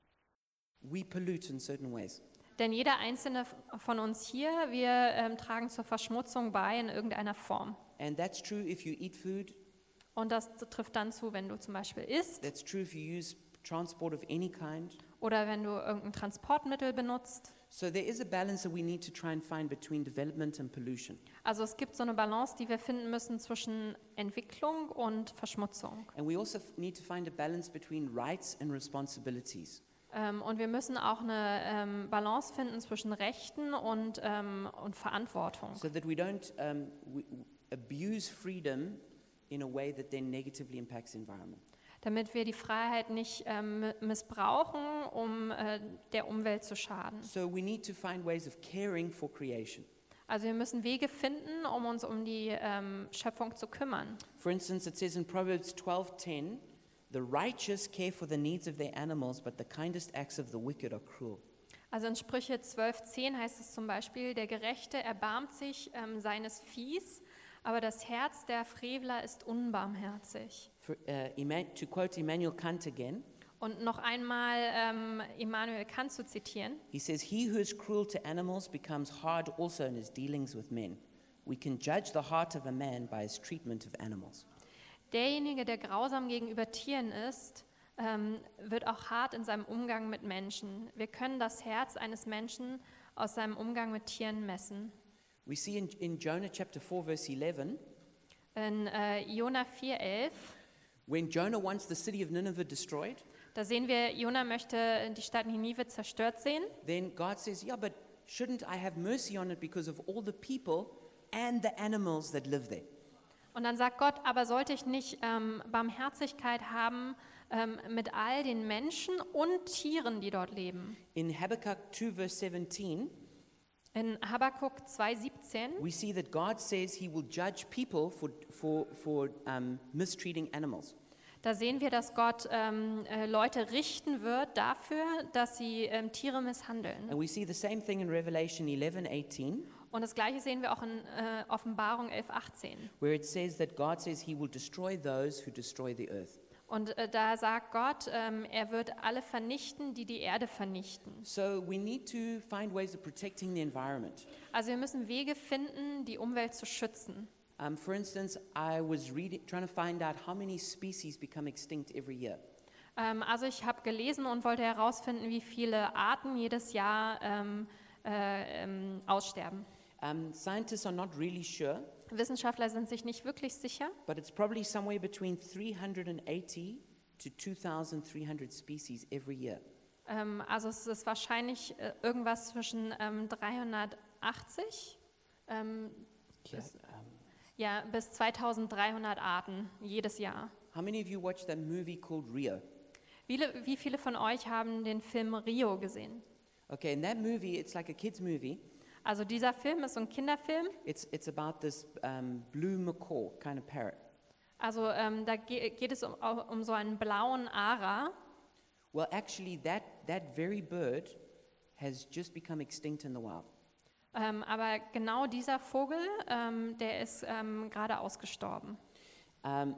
we pollute in certain ways. Denn jeder einzelne von uns hier, wir ähm, tragen zur Verschmutzung bei in irgendeiner Form. And that's true if you eat food. Und das trifft dann zu, wenn du zum Beispiel isst That's true if you use transport of any kind. oder wenn du irgendein Transportmittel benutzt. So there is a balance that we need to try and find between development and pollution. Also es gibt so eine Balance, die wir finden müssen zwischen Entwicklung und Verschmutzung. And we also f- need to find a balance between rights and responsibilities. Ähm, und wir müssen auch eine ähm, Balance finden zwischen Rechten und, ähm, und Verantwortung. So that we don't um, we, abuse freedom in a way that then negatively impacts the environment. Damit wir die Freiheit nicht ähm, missbrauchen, um äh, der Umwelt zu schaden. So we need to find ways of caring for creation. Also wir müssen Wege finden, um uns um die ähm, Schöpfung zu kümmern. For instance, it says in Proverbs twelve ten, "The righteous care for the needs of their animals, but the kindest acts of the wicked are cruel." Also in Sprüche zwölf zehn heißt es zum Beispiel, der Gerechte erbarmt sich ähm, seines Viehs, aber das Herz der Frevler ist unbarmherzig. For, uh, Eman- to quote Immanuel Kant again, Und noch einmal ähm, Immanuel Kant zu zitieren. he says, "He who is cruel to animals becomes hard also in his dealings with men. We can judge the heart of a man by his treatment of animals." Derjenige, der grausam gegenüber Tieren ist, ähm, wird auch hart in seinem Umgang mit Menschen. Wir können das Herz eines Menschen aus seinem Umgang mit Tieren messen. We see in, in Jonah chapter four, verse eleven, In äh, Jona vier elf, when Jonah wants the city of Nineveh destroyed, da sehen wir, Jona möchte die Stadt Ninive zerstört sehen. then God says, "Yeah, but shouldn't I have mercy on it because of all the people and the animals that live there?" Und dann sagt Gott, aber sollte ich nicht ähm, Barmherzigkeit haben ähm, mit all den Menschen und Tieren, die dort leben? In Habakkuk two, verse seventeen, In Habakkuk zwei siebzehn we see that God says he will judge people for, for, for um, mistreating animals. Da sehen wir, dass Gott ähm, äh, Leute richten wird dafür, dass sie ähm, Tiere misshandeln. And we see the same thing in Revelation eleven eighteen, Und das Gleiche sehen wir auch in äh, Offenbarung elf achtzehn. where it says that God says he will destroy those who destroy the earth. Und äh, da sagt Gott, ähm, er wird alle vernichten, die die Erde vernichten. So we need to find ways of protecting the environment. Also wir müssen Wege finden, die Umwelt zu schützen. Um, for instance, I was reading, trying to find out how many species become extinct every year. Ähm, also ich habe gelesen und wollte herausfinden, wie viele Arten jedes Jahr ähm, äh, ähm, aussterben. Um, scientists are not really sure, Wissenschaftler sind sich nicht wirklich sicher, but it's probably somewhere between three hundred eighty to two thousand three hundred species every year. ähm, also es ist wahrscheinlich äh, irgendwas zwischen ähm, dreihundertachtzig ähm, Yeah. bis, Um, ja, bis zweitausenddreihundert Arten jedes Jahr. how many of you watched that movie called Rio? Wie, wie viele von euch haben den Film Rio gesehen? Okay, in that movie, it's like a kid's movie. Also dieser Film ist so ein Kinderfilm. It's, it's about this um, blue macaw kind of parrot. Also ähm, da ge geht es um, um so einen blauen Ara. Well, actually, that, that very bird has just become extinct in the wild. Ähm, aber genau dieser Vogel, ähm, der ist ähm, gerade ausgestorben. Um,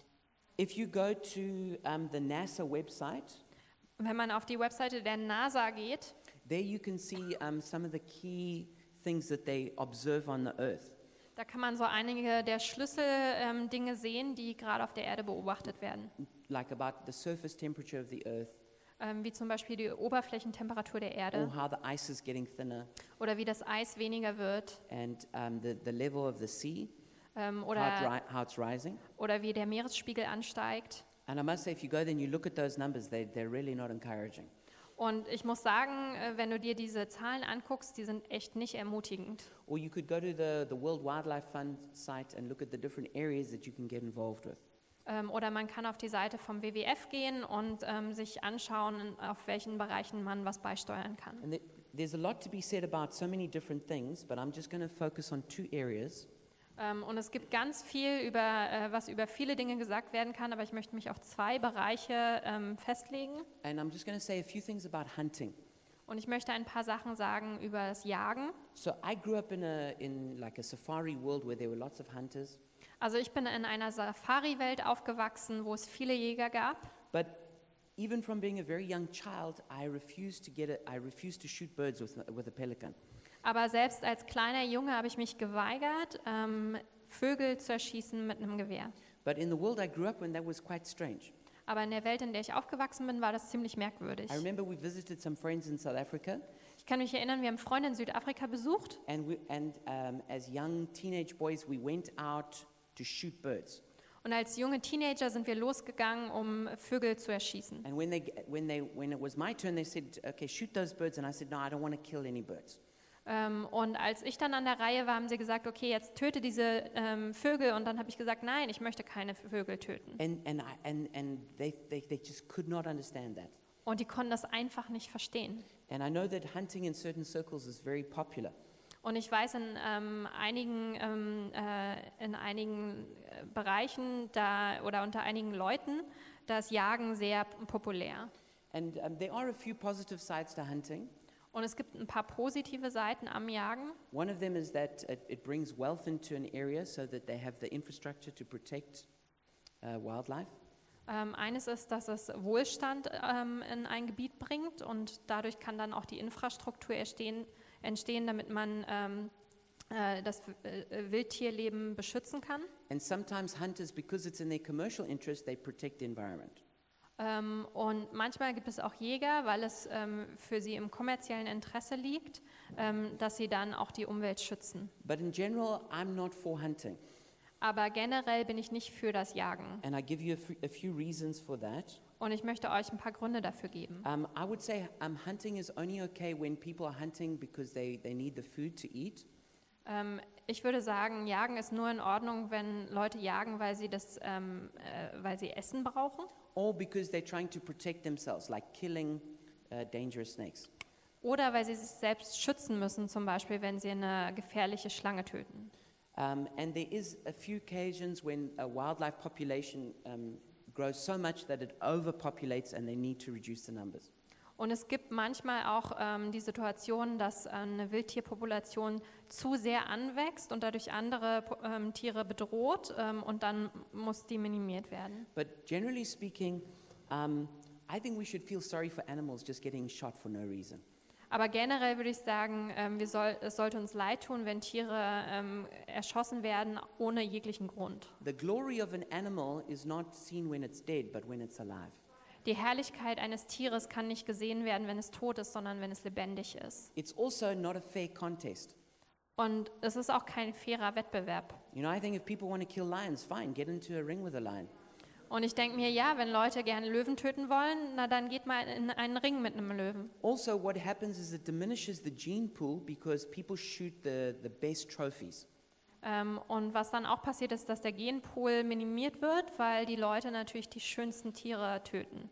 if you go to um, the NASA website, Wenn man auf die Webseite der NASA geht, there you can see um, some of the key things that they observe on the Earth. da kann man so einige der Schlüsseldinge ähm, Dinge sehen, die gerade auf der Erde beobachtet werden. Like about the surface temperature of the Earth, Ähm, wie zum Beispiel die Oberflächentemperatur der or Erde how the ice is getting thinner, oder wie das Eis weniger wird and um, the, the level of the sea, ähm, how, it oder, ri- how it's rising. oder wie der Meeresspiegel ansteigt. And I must say, if you go there and you look at those numbers, they, they're really not encouraging. Und ich muss sagen, äh, wenn du dir diese Zahlen anguckst, die sind echt nicht ermutigend. Or you could go to the, the World Wildlife Fund site and look at the different areas that you can get involved with. Ähm, oder man kann auf die Seite vom W W F gehen und ähm, sich anschauen, auf welchen Bereichen man was beisteuern kann. And th- there's a lot to be said about so many different things, but I'm just going to focus on two areas. Ähm, und es gibt ganz viel, über, äh, was über viele Dinge gesagt werden kann, aber ich möchte mich auf zwei Bereiche ähm, festlegen. And I'm just going to say a few things about hunting. Und ich möchte ein paar Sachen sagen über das Jagen. So I grew up in a in like a safari world where there were lots of hunters, Also ich bin in einer Safari-Welt aufgewachsen, wo es viele Jäger gab. but even from being a very young child, I refused to get a, I refused to shoot birds with with a pelican. Aber selbst als kleiner Junge habe ich mich geweigert, ähm, Vögel zu erschießen mit einem Gewehr. But in the world I grew up in, that was quite strange. Aber in der Welt, in der ich aufgewachsen bin, war das ziemlich merkwürdig. I remember we visited some friends in South Africa, Ich kann mich erinnern, wir haben Freunde in Südafrika besucht. and we and um, as young teenage boys, we went out to shoot birds. Und als junge Teenager sind wir losgegangen, um Vögel zu erschießen. And when they when they when it was my turn, they said, "Okay, shoot those birds," and I said, "No, I don't want to kill any birds." Ähm, und als ich dann an der Reihe war, haben sie gesagt, okay, jetzt töte diese ähm, Vögel. Und dann habe ich gesagt, nein, ich möchte keine Vögel töten. And and I, and and they, they they just could not understand that. Und die konnten das einfach nicht verstehen. And I know that hunting in certain circles is very popular. Und ich weiß, in ähm, einigen, ähm, äh, in einigen äh, Bereichen da, oder unter einigen Leuten, da ist Jagen sehr populär. And um, there are a few positive sides to hunting. Und es gibt ein paar positive Seiten am Jagen. One of them is that it, it brings wealth into an area so that they have the infrastructure to protect uh, wildlife. Ähm, eines ist, dass es Wohlstand ähm, in ein Gebiet bringt und dadurch kann dann auch die Infrastruktur entstehen, entstehen damit man ähm, äh, das äh, Wildtierleben beschützen kann. And sometimes hunters, because it's in their commercial interest, they protect the environment. Ähm, und manchmal gibt es auch Jäger, weil es ähm, für sie im kommerziellen Interesse liegt, ähm, dass sie dann auch die Umwelt schützen. But in general, I'm not for hunting. Aber generell bin ich nicht für das Jagen. And I give you a, f- a few reasons for that. Und ich möchte euch ein paar Gründe dafür geben. Um, I would say um, hunting is only okay when people are hunting because they, they need the food to eat. Ähm, ich würde sagen, Jagen ist nur in Ordnung, wenn Leute jagen, weil sie, das, ähm, äh, weil sie Essen brauchen. Or because they're trying to protect themselves, like killing uh, dangerous snakes. Oder weil sie sich selbst schützen müssen, zum Beispiel, wenn sie eine gefährliche Schlange töten. Um, and there is a few occasions when a wildlife population um, grows so much that it overpopulates and they need to reduce the numbers. Und es gibt manchmal auch ähm, die Situation, dass eine Wildtierpopulation zu sehr anwächst und dadurch andere Po- ähm, Tiere bedroht ähm, und dann muss die minimiert werden. But generally speaking, um, I think we should feel sorry for animals just getting shot for no reason. Aber generell würde ich sagen, ähm, wir soll, es sollte uns leid tun, wenn Tiere ähm, erschossen werden ohne jeglichen Grund. The glory of an animal is not seen when it's dead, but when it's alive. Die Herrlichkeit eines Tieres kann nicht gesehen werden, wenn es tot ist, sondern wenn es lebendig ist. It's also not a fair contest. Und es ist auch kein fairer Wettbewerb. You know, I think if people want to kill lions, fine, get into a ring with a lion. Und ich denke mir, ja, wenn Leute gerne Löwen töten wollen, na dann geht mal in einen Ring mit einem Löwen. Also, what happens is it diminishes the gene pool because people shoot the, the best trophies. Ähm, und was dann auch passiert ist, dass der Genpool minimiert wird, weil die Leute natürlich die schönsten Tiere töten.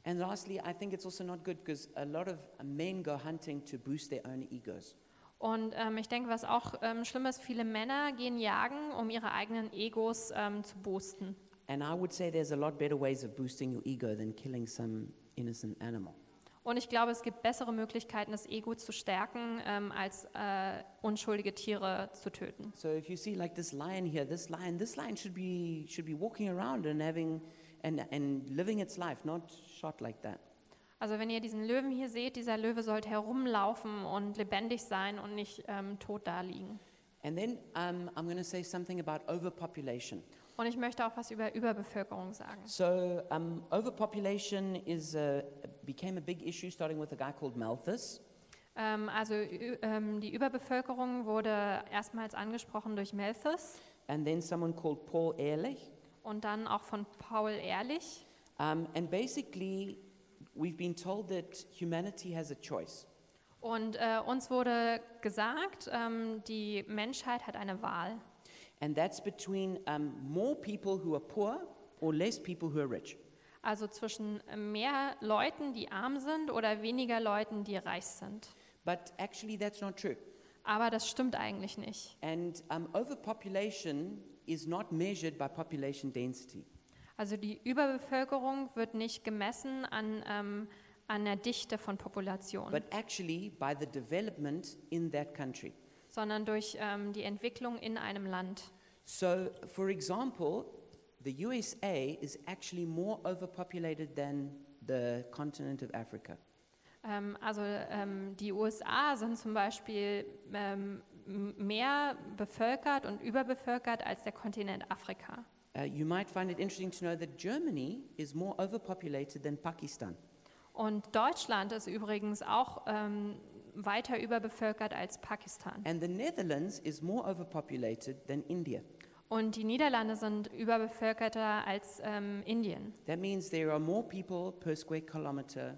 And lastly, I think it's also not good because a lot of men go hunting to boost their own egos. Und ähm, ich denke, was auch ähm, schlimm ist, viele Männer gehen jagen, um ihre eigenen Egos ähm, zu boosten. And I would say there's a lot better ways of boosting your ego than killing some innocent animal. Und ich glaube, es gibt bessere Möglichkeiten, das Ego zu stärken, ähm, als äh, unschuldige Tiere zu töten. So if you see like this lion here, this lion, this lion should be should be walking around and having and and living its life, not shot like that. Also wenn ihr diesen Löwen hier seht, dieser Löwe sollte herumlaufen und lebendig sein und nicht ähm, tot daliegen. And then um, I'm going to say something about overpopulation. Und ich möchte auch was über Überbevölkerung sagen. So um, overpopulation is a, became a big issue, starting with a guy called Malthus. Ähm, also ü- ähm, die Überbevölkerung wurde erstmals angesprochen durch Malthus And then someone called Paul Ehrlich. und dann auch von Paul Ehrlich. Um, and basically, we've been told that humanity has a choice. Und äh, uns wurde gesagt, ähm, die Menschheit hat eine Wahl. And that's between um, more people who are poor or less people who are rich. Also zwischen mehr Leuten, die arm sind, oder weniger Leuten, die reich sind. But actually, that's not true. Aber das stimmt eigentlich nicht. And um, overpopulation is not measured by population density. Also die Überbevölkerung wird nicht gemessen an, ähm, an der Dichte von Population, but actually by the development in that country. sondern durch ähm, die Entwicklung in einem Land. So, for example, the U S A is actually more overpopulated than the continent of Africa. Ähm, also ähm, die U S A sind zum Beispiel ähm, m- mehr bevölkert und überbevölkert als der Kontinent Afrika. Uh, you might find it interesting to know that Germany is more overpopulated than Pakistan. Und Deutschland ist übrigens auch ähm, weiter überbevölkert als Pakistan. And the Netherlands is more overpopulated than India. Und die Niederlande sind überbevölkerter als ähm, Indien. That means there are more people per square kilometer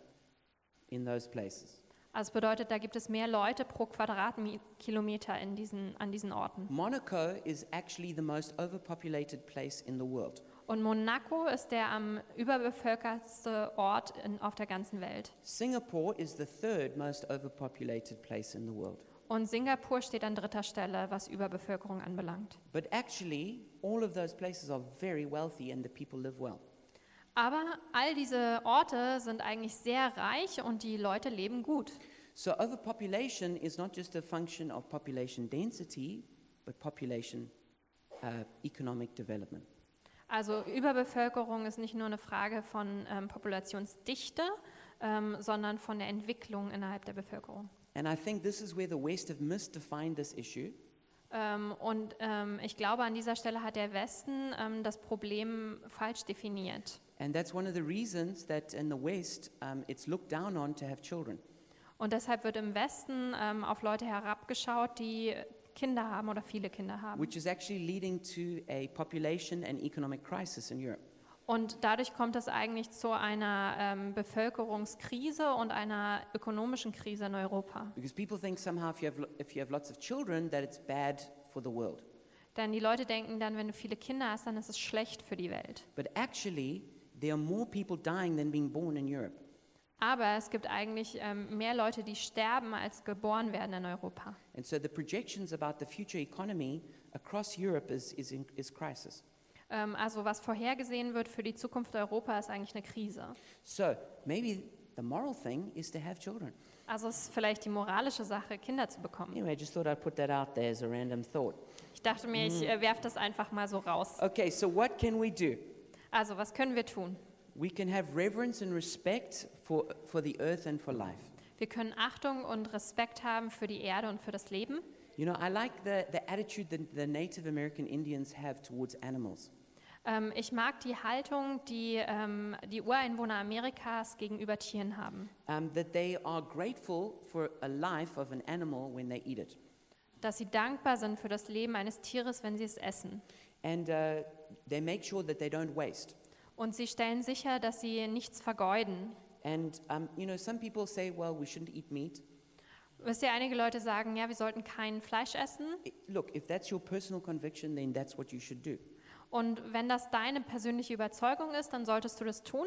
in those places. Also bedeutet, da gibt es mehr Leute pro Quadratkilometer in diesen, an diesen Orten. Monaco is actually the most overpopulated place in the world. Und Monaco ist der am überbevölkertste Ort in, auf der ganzen Welt. Singapore is the third most overpopulated place in the world. Und Singapur steht an dritter Stelle, was Überbevölkerung anbelangt. But actually, all of those places are very wealthy and the people live well. Aber all diese Orte sind eigentlich sehr reich und die Leute leben gut. So overpopulation is not just a function of population density, but population uh, economic development. Also Überbevölkerung ist nicht nur eine Frage von ähm, Populationsdichte, ähm, sondern von der Entwicklung innerhalb der Bevölkerung. And I think this is where the West have misdefined this issue. Ähm, und ähm, ich glaube, an dieser Stelle hat der Westen ähm, das Problem falsch definiert. And that's one of the reasons that in the West um, it's looked down on to have children. Und deshalb wird im Westen ähm, auf Leute herabgeschaut, die Kinder haben oder viele Kinder haben. Which is actually leading to a population and economic crisis in Europe. Und dadurch kommt es eigentlich zu einer ähm, Bevölkerungskrise und einer ökonomischen Krise in Europa. Because people think somehow if you have, lo- if you have lots of children that it's bad for the world. Denn die Leute denken dann, wenn du viele Kinder hast, dann ist es schlecht für die Welt. But actually, there are more people dying than being born in Europe. Aber es gibt eigentlich ähm, mehr Leute, die sterben, als geboren werden in Europa. And so the projections about the future economy across Europe is, is, in, is crisis. Ähm, also was vorhergesehen wird für die Zukunft Europas, ist eigentlich eine Krise. So maybe the moral thing is to have children. Also es ist vielleicht die moralische Sache, Kinder zu bekommen. Anyway, I just thought I'd put that out there as a random thought. Ich dachte mir, ich äh, werfe das einfach mal so raus. Okay, so what can we do? Also was können wir tun? We can have reverence and respect for, for the earth and for life. Wir können Achtung und Respekt haben für die Erde und für das Leben. You know, I like the, the attitude that the Native American Indians have towards animals. Ähm, ich mag die Haltung, die ähm, die Ureinwohner Amerikas gegenüber Tieren haben. Um, that they are grateful for a life of an animal when they eat it. Dass sie dankbar sind für das Leben eines Tieres, wenn sie es essen. And uh, they make sure that they don't waste. Und sie stellen sicher, dass sie nichts vergeuden. And, um, you know, some people say, well, we shouldn't eat meat. Wisst ihr, einige Leute sagen, ja, wir sollten kein Fleisch essen. I- Look, if that's your personal conviction, then that's what you should do. Und wenn das deine persönliche Überzeugung ist, dann solltest du das tun.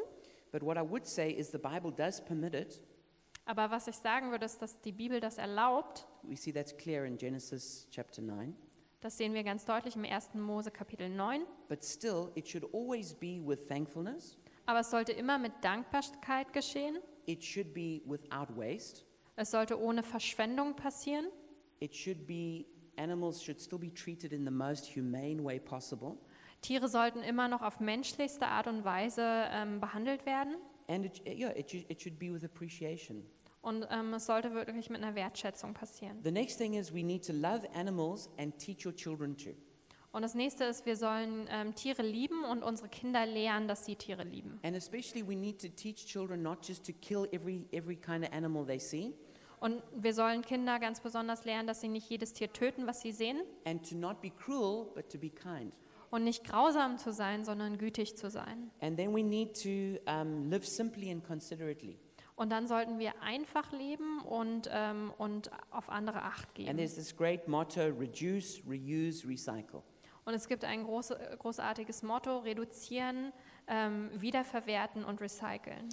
But what I would say is the Bible does permit it. Aber was ich sagen würde, ist, dass die Bibel das erlaubt. We see that's clear in Genesis chapter nine. Das sehen wir ganz deutlich im ersten Mose Kapitel neun. But still, it should always be with thankfulness. Aber es sollte immer mit Dankbarkeit geschehen. It should be without waste. Es sollte ohne Verschwendung passieren. It should be, animals should still be treated in the most humane way possible. Tiere sollten immer noch auf menschlichste Art und Weise ähm, behandelt werden. And it, yeah, it, should- it should be with appreciation. Und ähm, es sollte wirklich mit einer Wertschätzung passieren. The next thing is we need to love animals and teach your children to. Und das nächste ist, wir sollen ähm, Tiere lieben und unsere Kinder lehren, dass sie Tiere lieben. And especially we need to teach children not just to kill every, every kind of animal they see, Und wir sollen Kinder ganz besonders lernen, dass sie nicht jedes Tier töten, was sie sehen. and to not be cruel, but to be kind. Und nicht grausam zu sein, sondern gütig zu sein. And then we need to um, live simply and considerately. Und dann sollten wir einfach leben und, ähm, und auf andere Acht And geben. there's this great motto, reduce, reuse, recycle. Und es gibt ein groß, großartiges Motto, reduzieren, ähm, wiederverwerten und recyceln.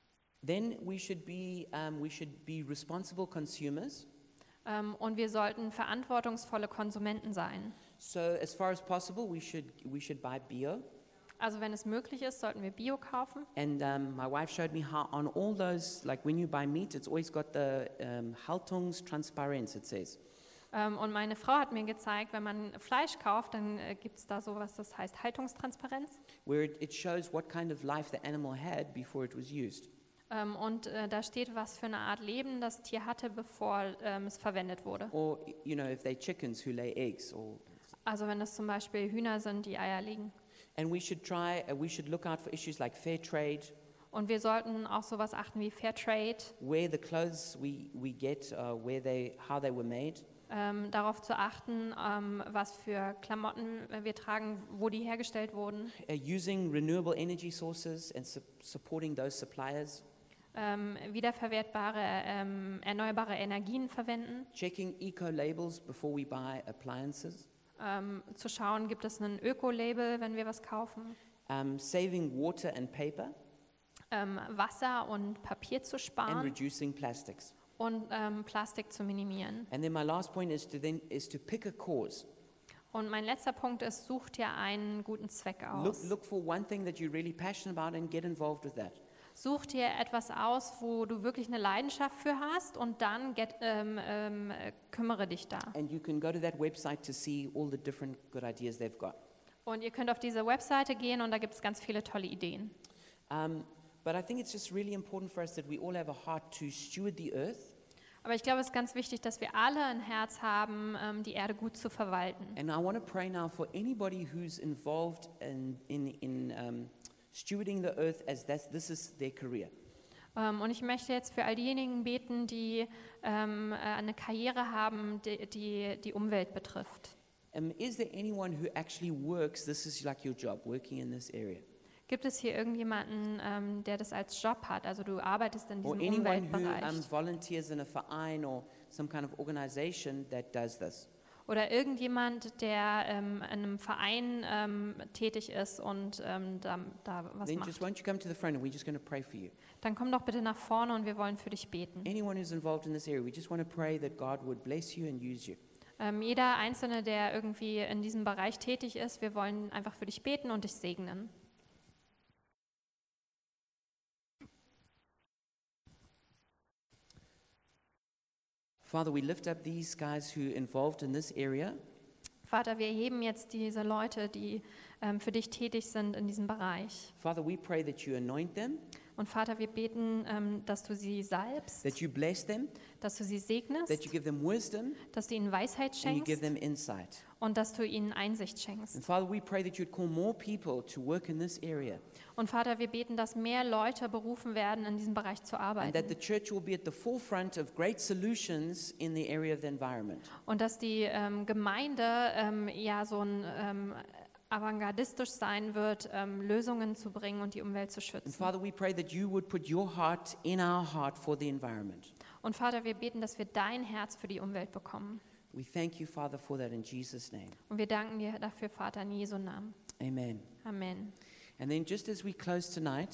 Then we should be, um, we should be responsible consumers. Ähm, und wir sollten verantwortungsvolle Konsumenten sein. So as far as possible, we should, we should buy bio. Also wenn es möglich ist, sollten wir Bio kaufen. And um, my wife showed me how on all those, like when you buy meat, it's always got the um, Haltungstransparenz, it says. Ähm, und meine Frau hat mir gezeigt, wenn man Fleisch kauft, dann äh, gibt es da sowas, das heißt Haltungstransparenz. Where it, it shows what kind of life the animal had before it was used. Ähm, und äh, da steht, was für eine Art Leben das Tier hatte, bevor ähm, es verwendet wurde. Or, you know, if they're chickens who lay eggs. Or, Also wenn es zum Beispiel Hühner sind, die Eier legen. and we should try, uh, we should look out for issues like fair trade, Und wir sollten auch sowas achten wie Fair Trade, where the clothes we, we get, uh, where they, how they were made. ähm, darauf zu achten, ähm, was für Klamotten äh, wir tragen, wo die hergestellt wurden, Uh, using renewable energy sources and su- supporting those suppliers. ähm, wiederverwertbare, ähm, erneuerbare Energien verwenden, Checking eco-labels before we buy appliances. ähm, zu schauen, gibt es ein Öko-Label, wenn wir was kaufen, Um, saving water and paper. ähm, Wasser und Papier zu And sparen reducing plastics. und ähm, Plastik zu minimieren. And then my last point is to then is to pick a cause. Und mein letzter Punkt ist, such dir einen guten Zweck Look, aus. look for one thing that you're really passionate about and get involved with that. Such dir etwas aus, wo du wirklich eine Leidenschaft für hast und dann get, ähm, ähm, äh, kümmere dich da. And you can go to that website to see all the different good ideas they've got. Und ihr könnt auf diese Webseite gehen und da gibt es ganz viele tolle Ideen. Um, but I think it's just really important for us that we all have a heart to steward the earth. Aber ich glaube, es ist ganz wichtig, dass wir alle ein Herz haben, ähm, die Erde gut zu verwalten. And I want to pray now for anybody who's involved in, in, in um, stewarding the earth as that's, this is their career. Ähm, und ich möchte jetzt für all diejenigen beten, die ähm, äh, eine Karriere haben, die, die die Umwelt betrifft. Um, is there anyone who actually works, this is like your job, working in this area? Gibt es hier irgendjemanden, ähm, der das als Job hat? Also du arbeitest in Or diesem anyone who Umweltbereich. um, volunteers in a verein or some kind of organization that does this? Oder irgendjemand, der ähm, in einem Verein ähm, tätig ist und ähm, da, da was Then macht. just won't you come to the front and we're just going to pray for you. Dann komm doch bitte nach vorne und wir wollen für dich beten. Anyone who's involved in this area, we just want to pray that God would bless you and use you. Ähm, jeder Einzelne, der irgendwie in diesem Bereich tätig ist, wir wollen einfach für dich beten und dich segnen. Father, we lift up these guys who are involved in this area. Vater, wir heben jetzt diese Leute, die ähm, für dich tätig sind in diesem Bereich. Father, we pray that you anoint them, Und Vater, wir beten, ähm, dass du sie salbst, that you bless them, dass du sie that segnest, you give them wisdom, dass du ihnen Weisheit and you give schenkst them insight. und dass du ihnen Einsicht schenkst. And Father, we pray that you'd call more people to work in this area, Und Vater, wir beten, dass mehr Leute berufen werden, in diesem Bereich zu and that arbeiten. the church will be at the forefront of great solutions in the area of the environment. Und dass die ähm, Gemeinde ähm, ja so ein ähm, avantgardistisch sein wird, ähm, Lösungen zu bringen und die Umwelt zu And schützen. Father, we pray that you would put your heart in our heart for the environment. Und Vater, wir beten, dass wir dein Herz für die Umwelt bekommen. We thank you, Father, for that in Jesus' name. Und wir danken dir dafür, Vater, in Jesu Namen. Amen. Amen. And then just as we close tonight,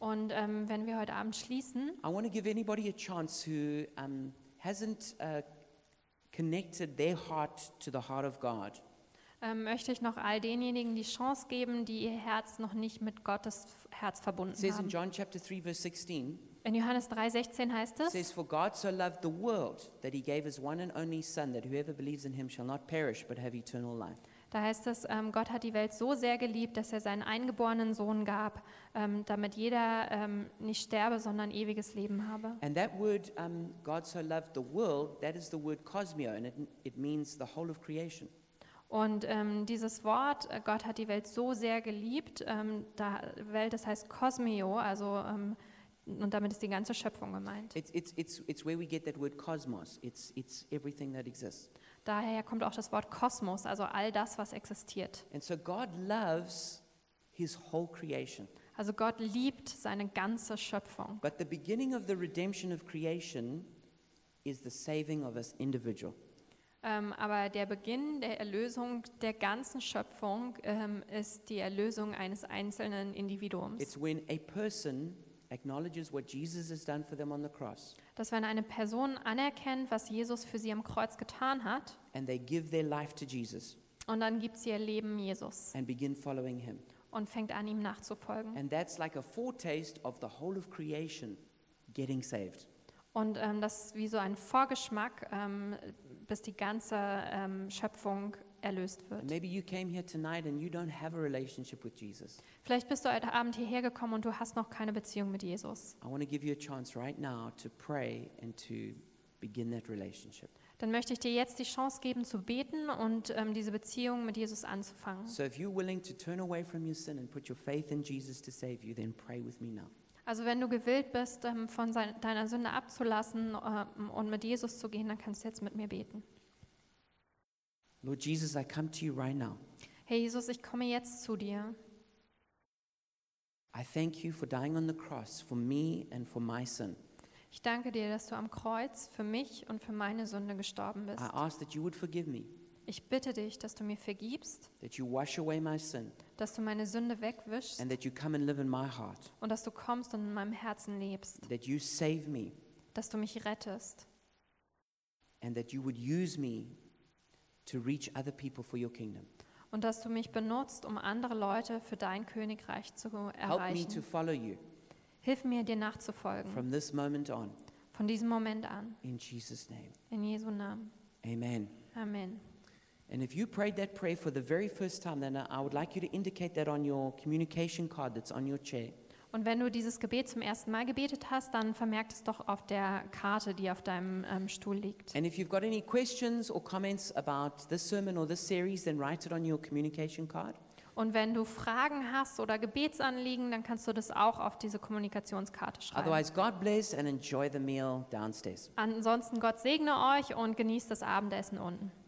Und ähm, wenn wir heute Abend schließen, I want to give anybody a chance who um, hasn't uh, connected their heart to the heart of God. ähm, möchte ich noch all denjenigen die Chance geben, die ihr Herz noch nicht mit Gottes Herz It verbunden says in haben. John chapter three, verse sixteen, In Johannes drei sechzehn heißt it says, es, "For God so loved the world that he gave his one and only Son, that whoever believes in him shall not perish but have eternal life." da heißt es, ähm, Gott hat die Welt so sehr geliebt, dass er seinen eingeborenen Sohn gab, ähm, damit jeder ähm, nicht sterbe, sondern ewiges Leben habe. And that word, um, God so loved the world, that is the word cosmio, and it, it means the whole of creation. Und ähm, dieses Wort, äh, Gott hat die Welt so sehr geliebt, ähm, da, Welt, das heißt Kosmio, also ähm, und damit ist die ganze Schöpfung gemeint. It's, it's, it's, it's where we get that word cosmos. It's, it's everything that exists. Daher kommt auch das Wort Kosmos, also all das, was existiert. And so God loves his whole creation. Also Gott liebt seine ganze Schöpfung. But the beginning of the redemption of creation is the saving of us individual. Ähm, aber der Beginn der Erlösung der ganzen Schöpfung ähm, ist die Erlösung eines einzelnen Individuums. It's when a person acknowledges what Jesus has done for them on the cross, Dass wenn eine Person anerkennt, was Jesus für sie am Kreuz getan hat, and they give their life to Jesus und dann gibt sie ihr Leben Jesus and begin following him. und fängt an, ihm nachzufolgen. And that's like a foretaste of the whole of creation getting saved. Und ähm, das ist wie so ein Vorgeschmack, ähm, bis die ganze ähm, Schöpfung erlöst And wird. maybe you came here tonight and you don't have a relationship with Jesus. Vielleicht bist du heute Abend hierher gekommen und du hast noch keine Beziehung mit Jesus. I want to give you a chance right now to pray and to begin that relationship. Dann möchte ich dir jetzt die Chance geben, zu beten und ähm, diese Beziehung mit Jesus anzufangen. So if you're willing to turn away from your sin and put your faith in Jesus to save you, then pray with me now. Also wenn du gewillt bist, ähm, von sein, deiner Sünde abzulassen ähm, und mit Jesus zu gehen, dann kannst du jetzt mit mir beten. Lord Jesus, I come to you right now. Herr Jesus, ich komme jetzt zu dir. I thank you for dying on the cross for me and for my sin. Ich danke dir, dass du am Kreuz für mich und für meine Sünde gestorben bist. I ask that you would forgive me, Ich bitte dich, dass du mir vergibst, that you wash away my sin, dass du meine Sünde wegwischst and that you come and live in my heart, und dass du kommst und in meinem Herzen lebst, that you save me, dass du mich rettest and that you would use me to reach other people for your kingdom. und dass du mich benutzt, um andere Leute für dein Königreich zu Help me to erreichen. follow you Hilf mir, dir nachzufolgen, from this moment on. von diesem Moment an. In Jesus' name, In Jesu Namen. amen. Amen. And if you prayed that prayer for the very first time, then I would like you to indicate that on your communication card that's on your chair. Und wenn du dieses Gebet zum ersten Mal gebetet hast, dann vermerk es doch auf der Karte, die auf deinem ähm, Stuhl liegt. And if you've got any questions or comments about this sermon or this series, then write it on your communication card. Und wenn du Fragen hast oder Gebetsanliegen, dann kannst du das auch auf diese Kommunikationskarte schreiben. Otherwise, God bless and enjoy the meal downstairs. Ansonsten Gott segne euch und genießt das Abendessen unten.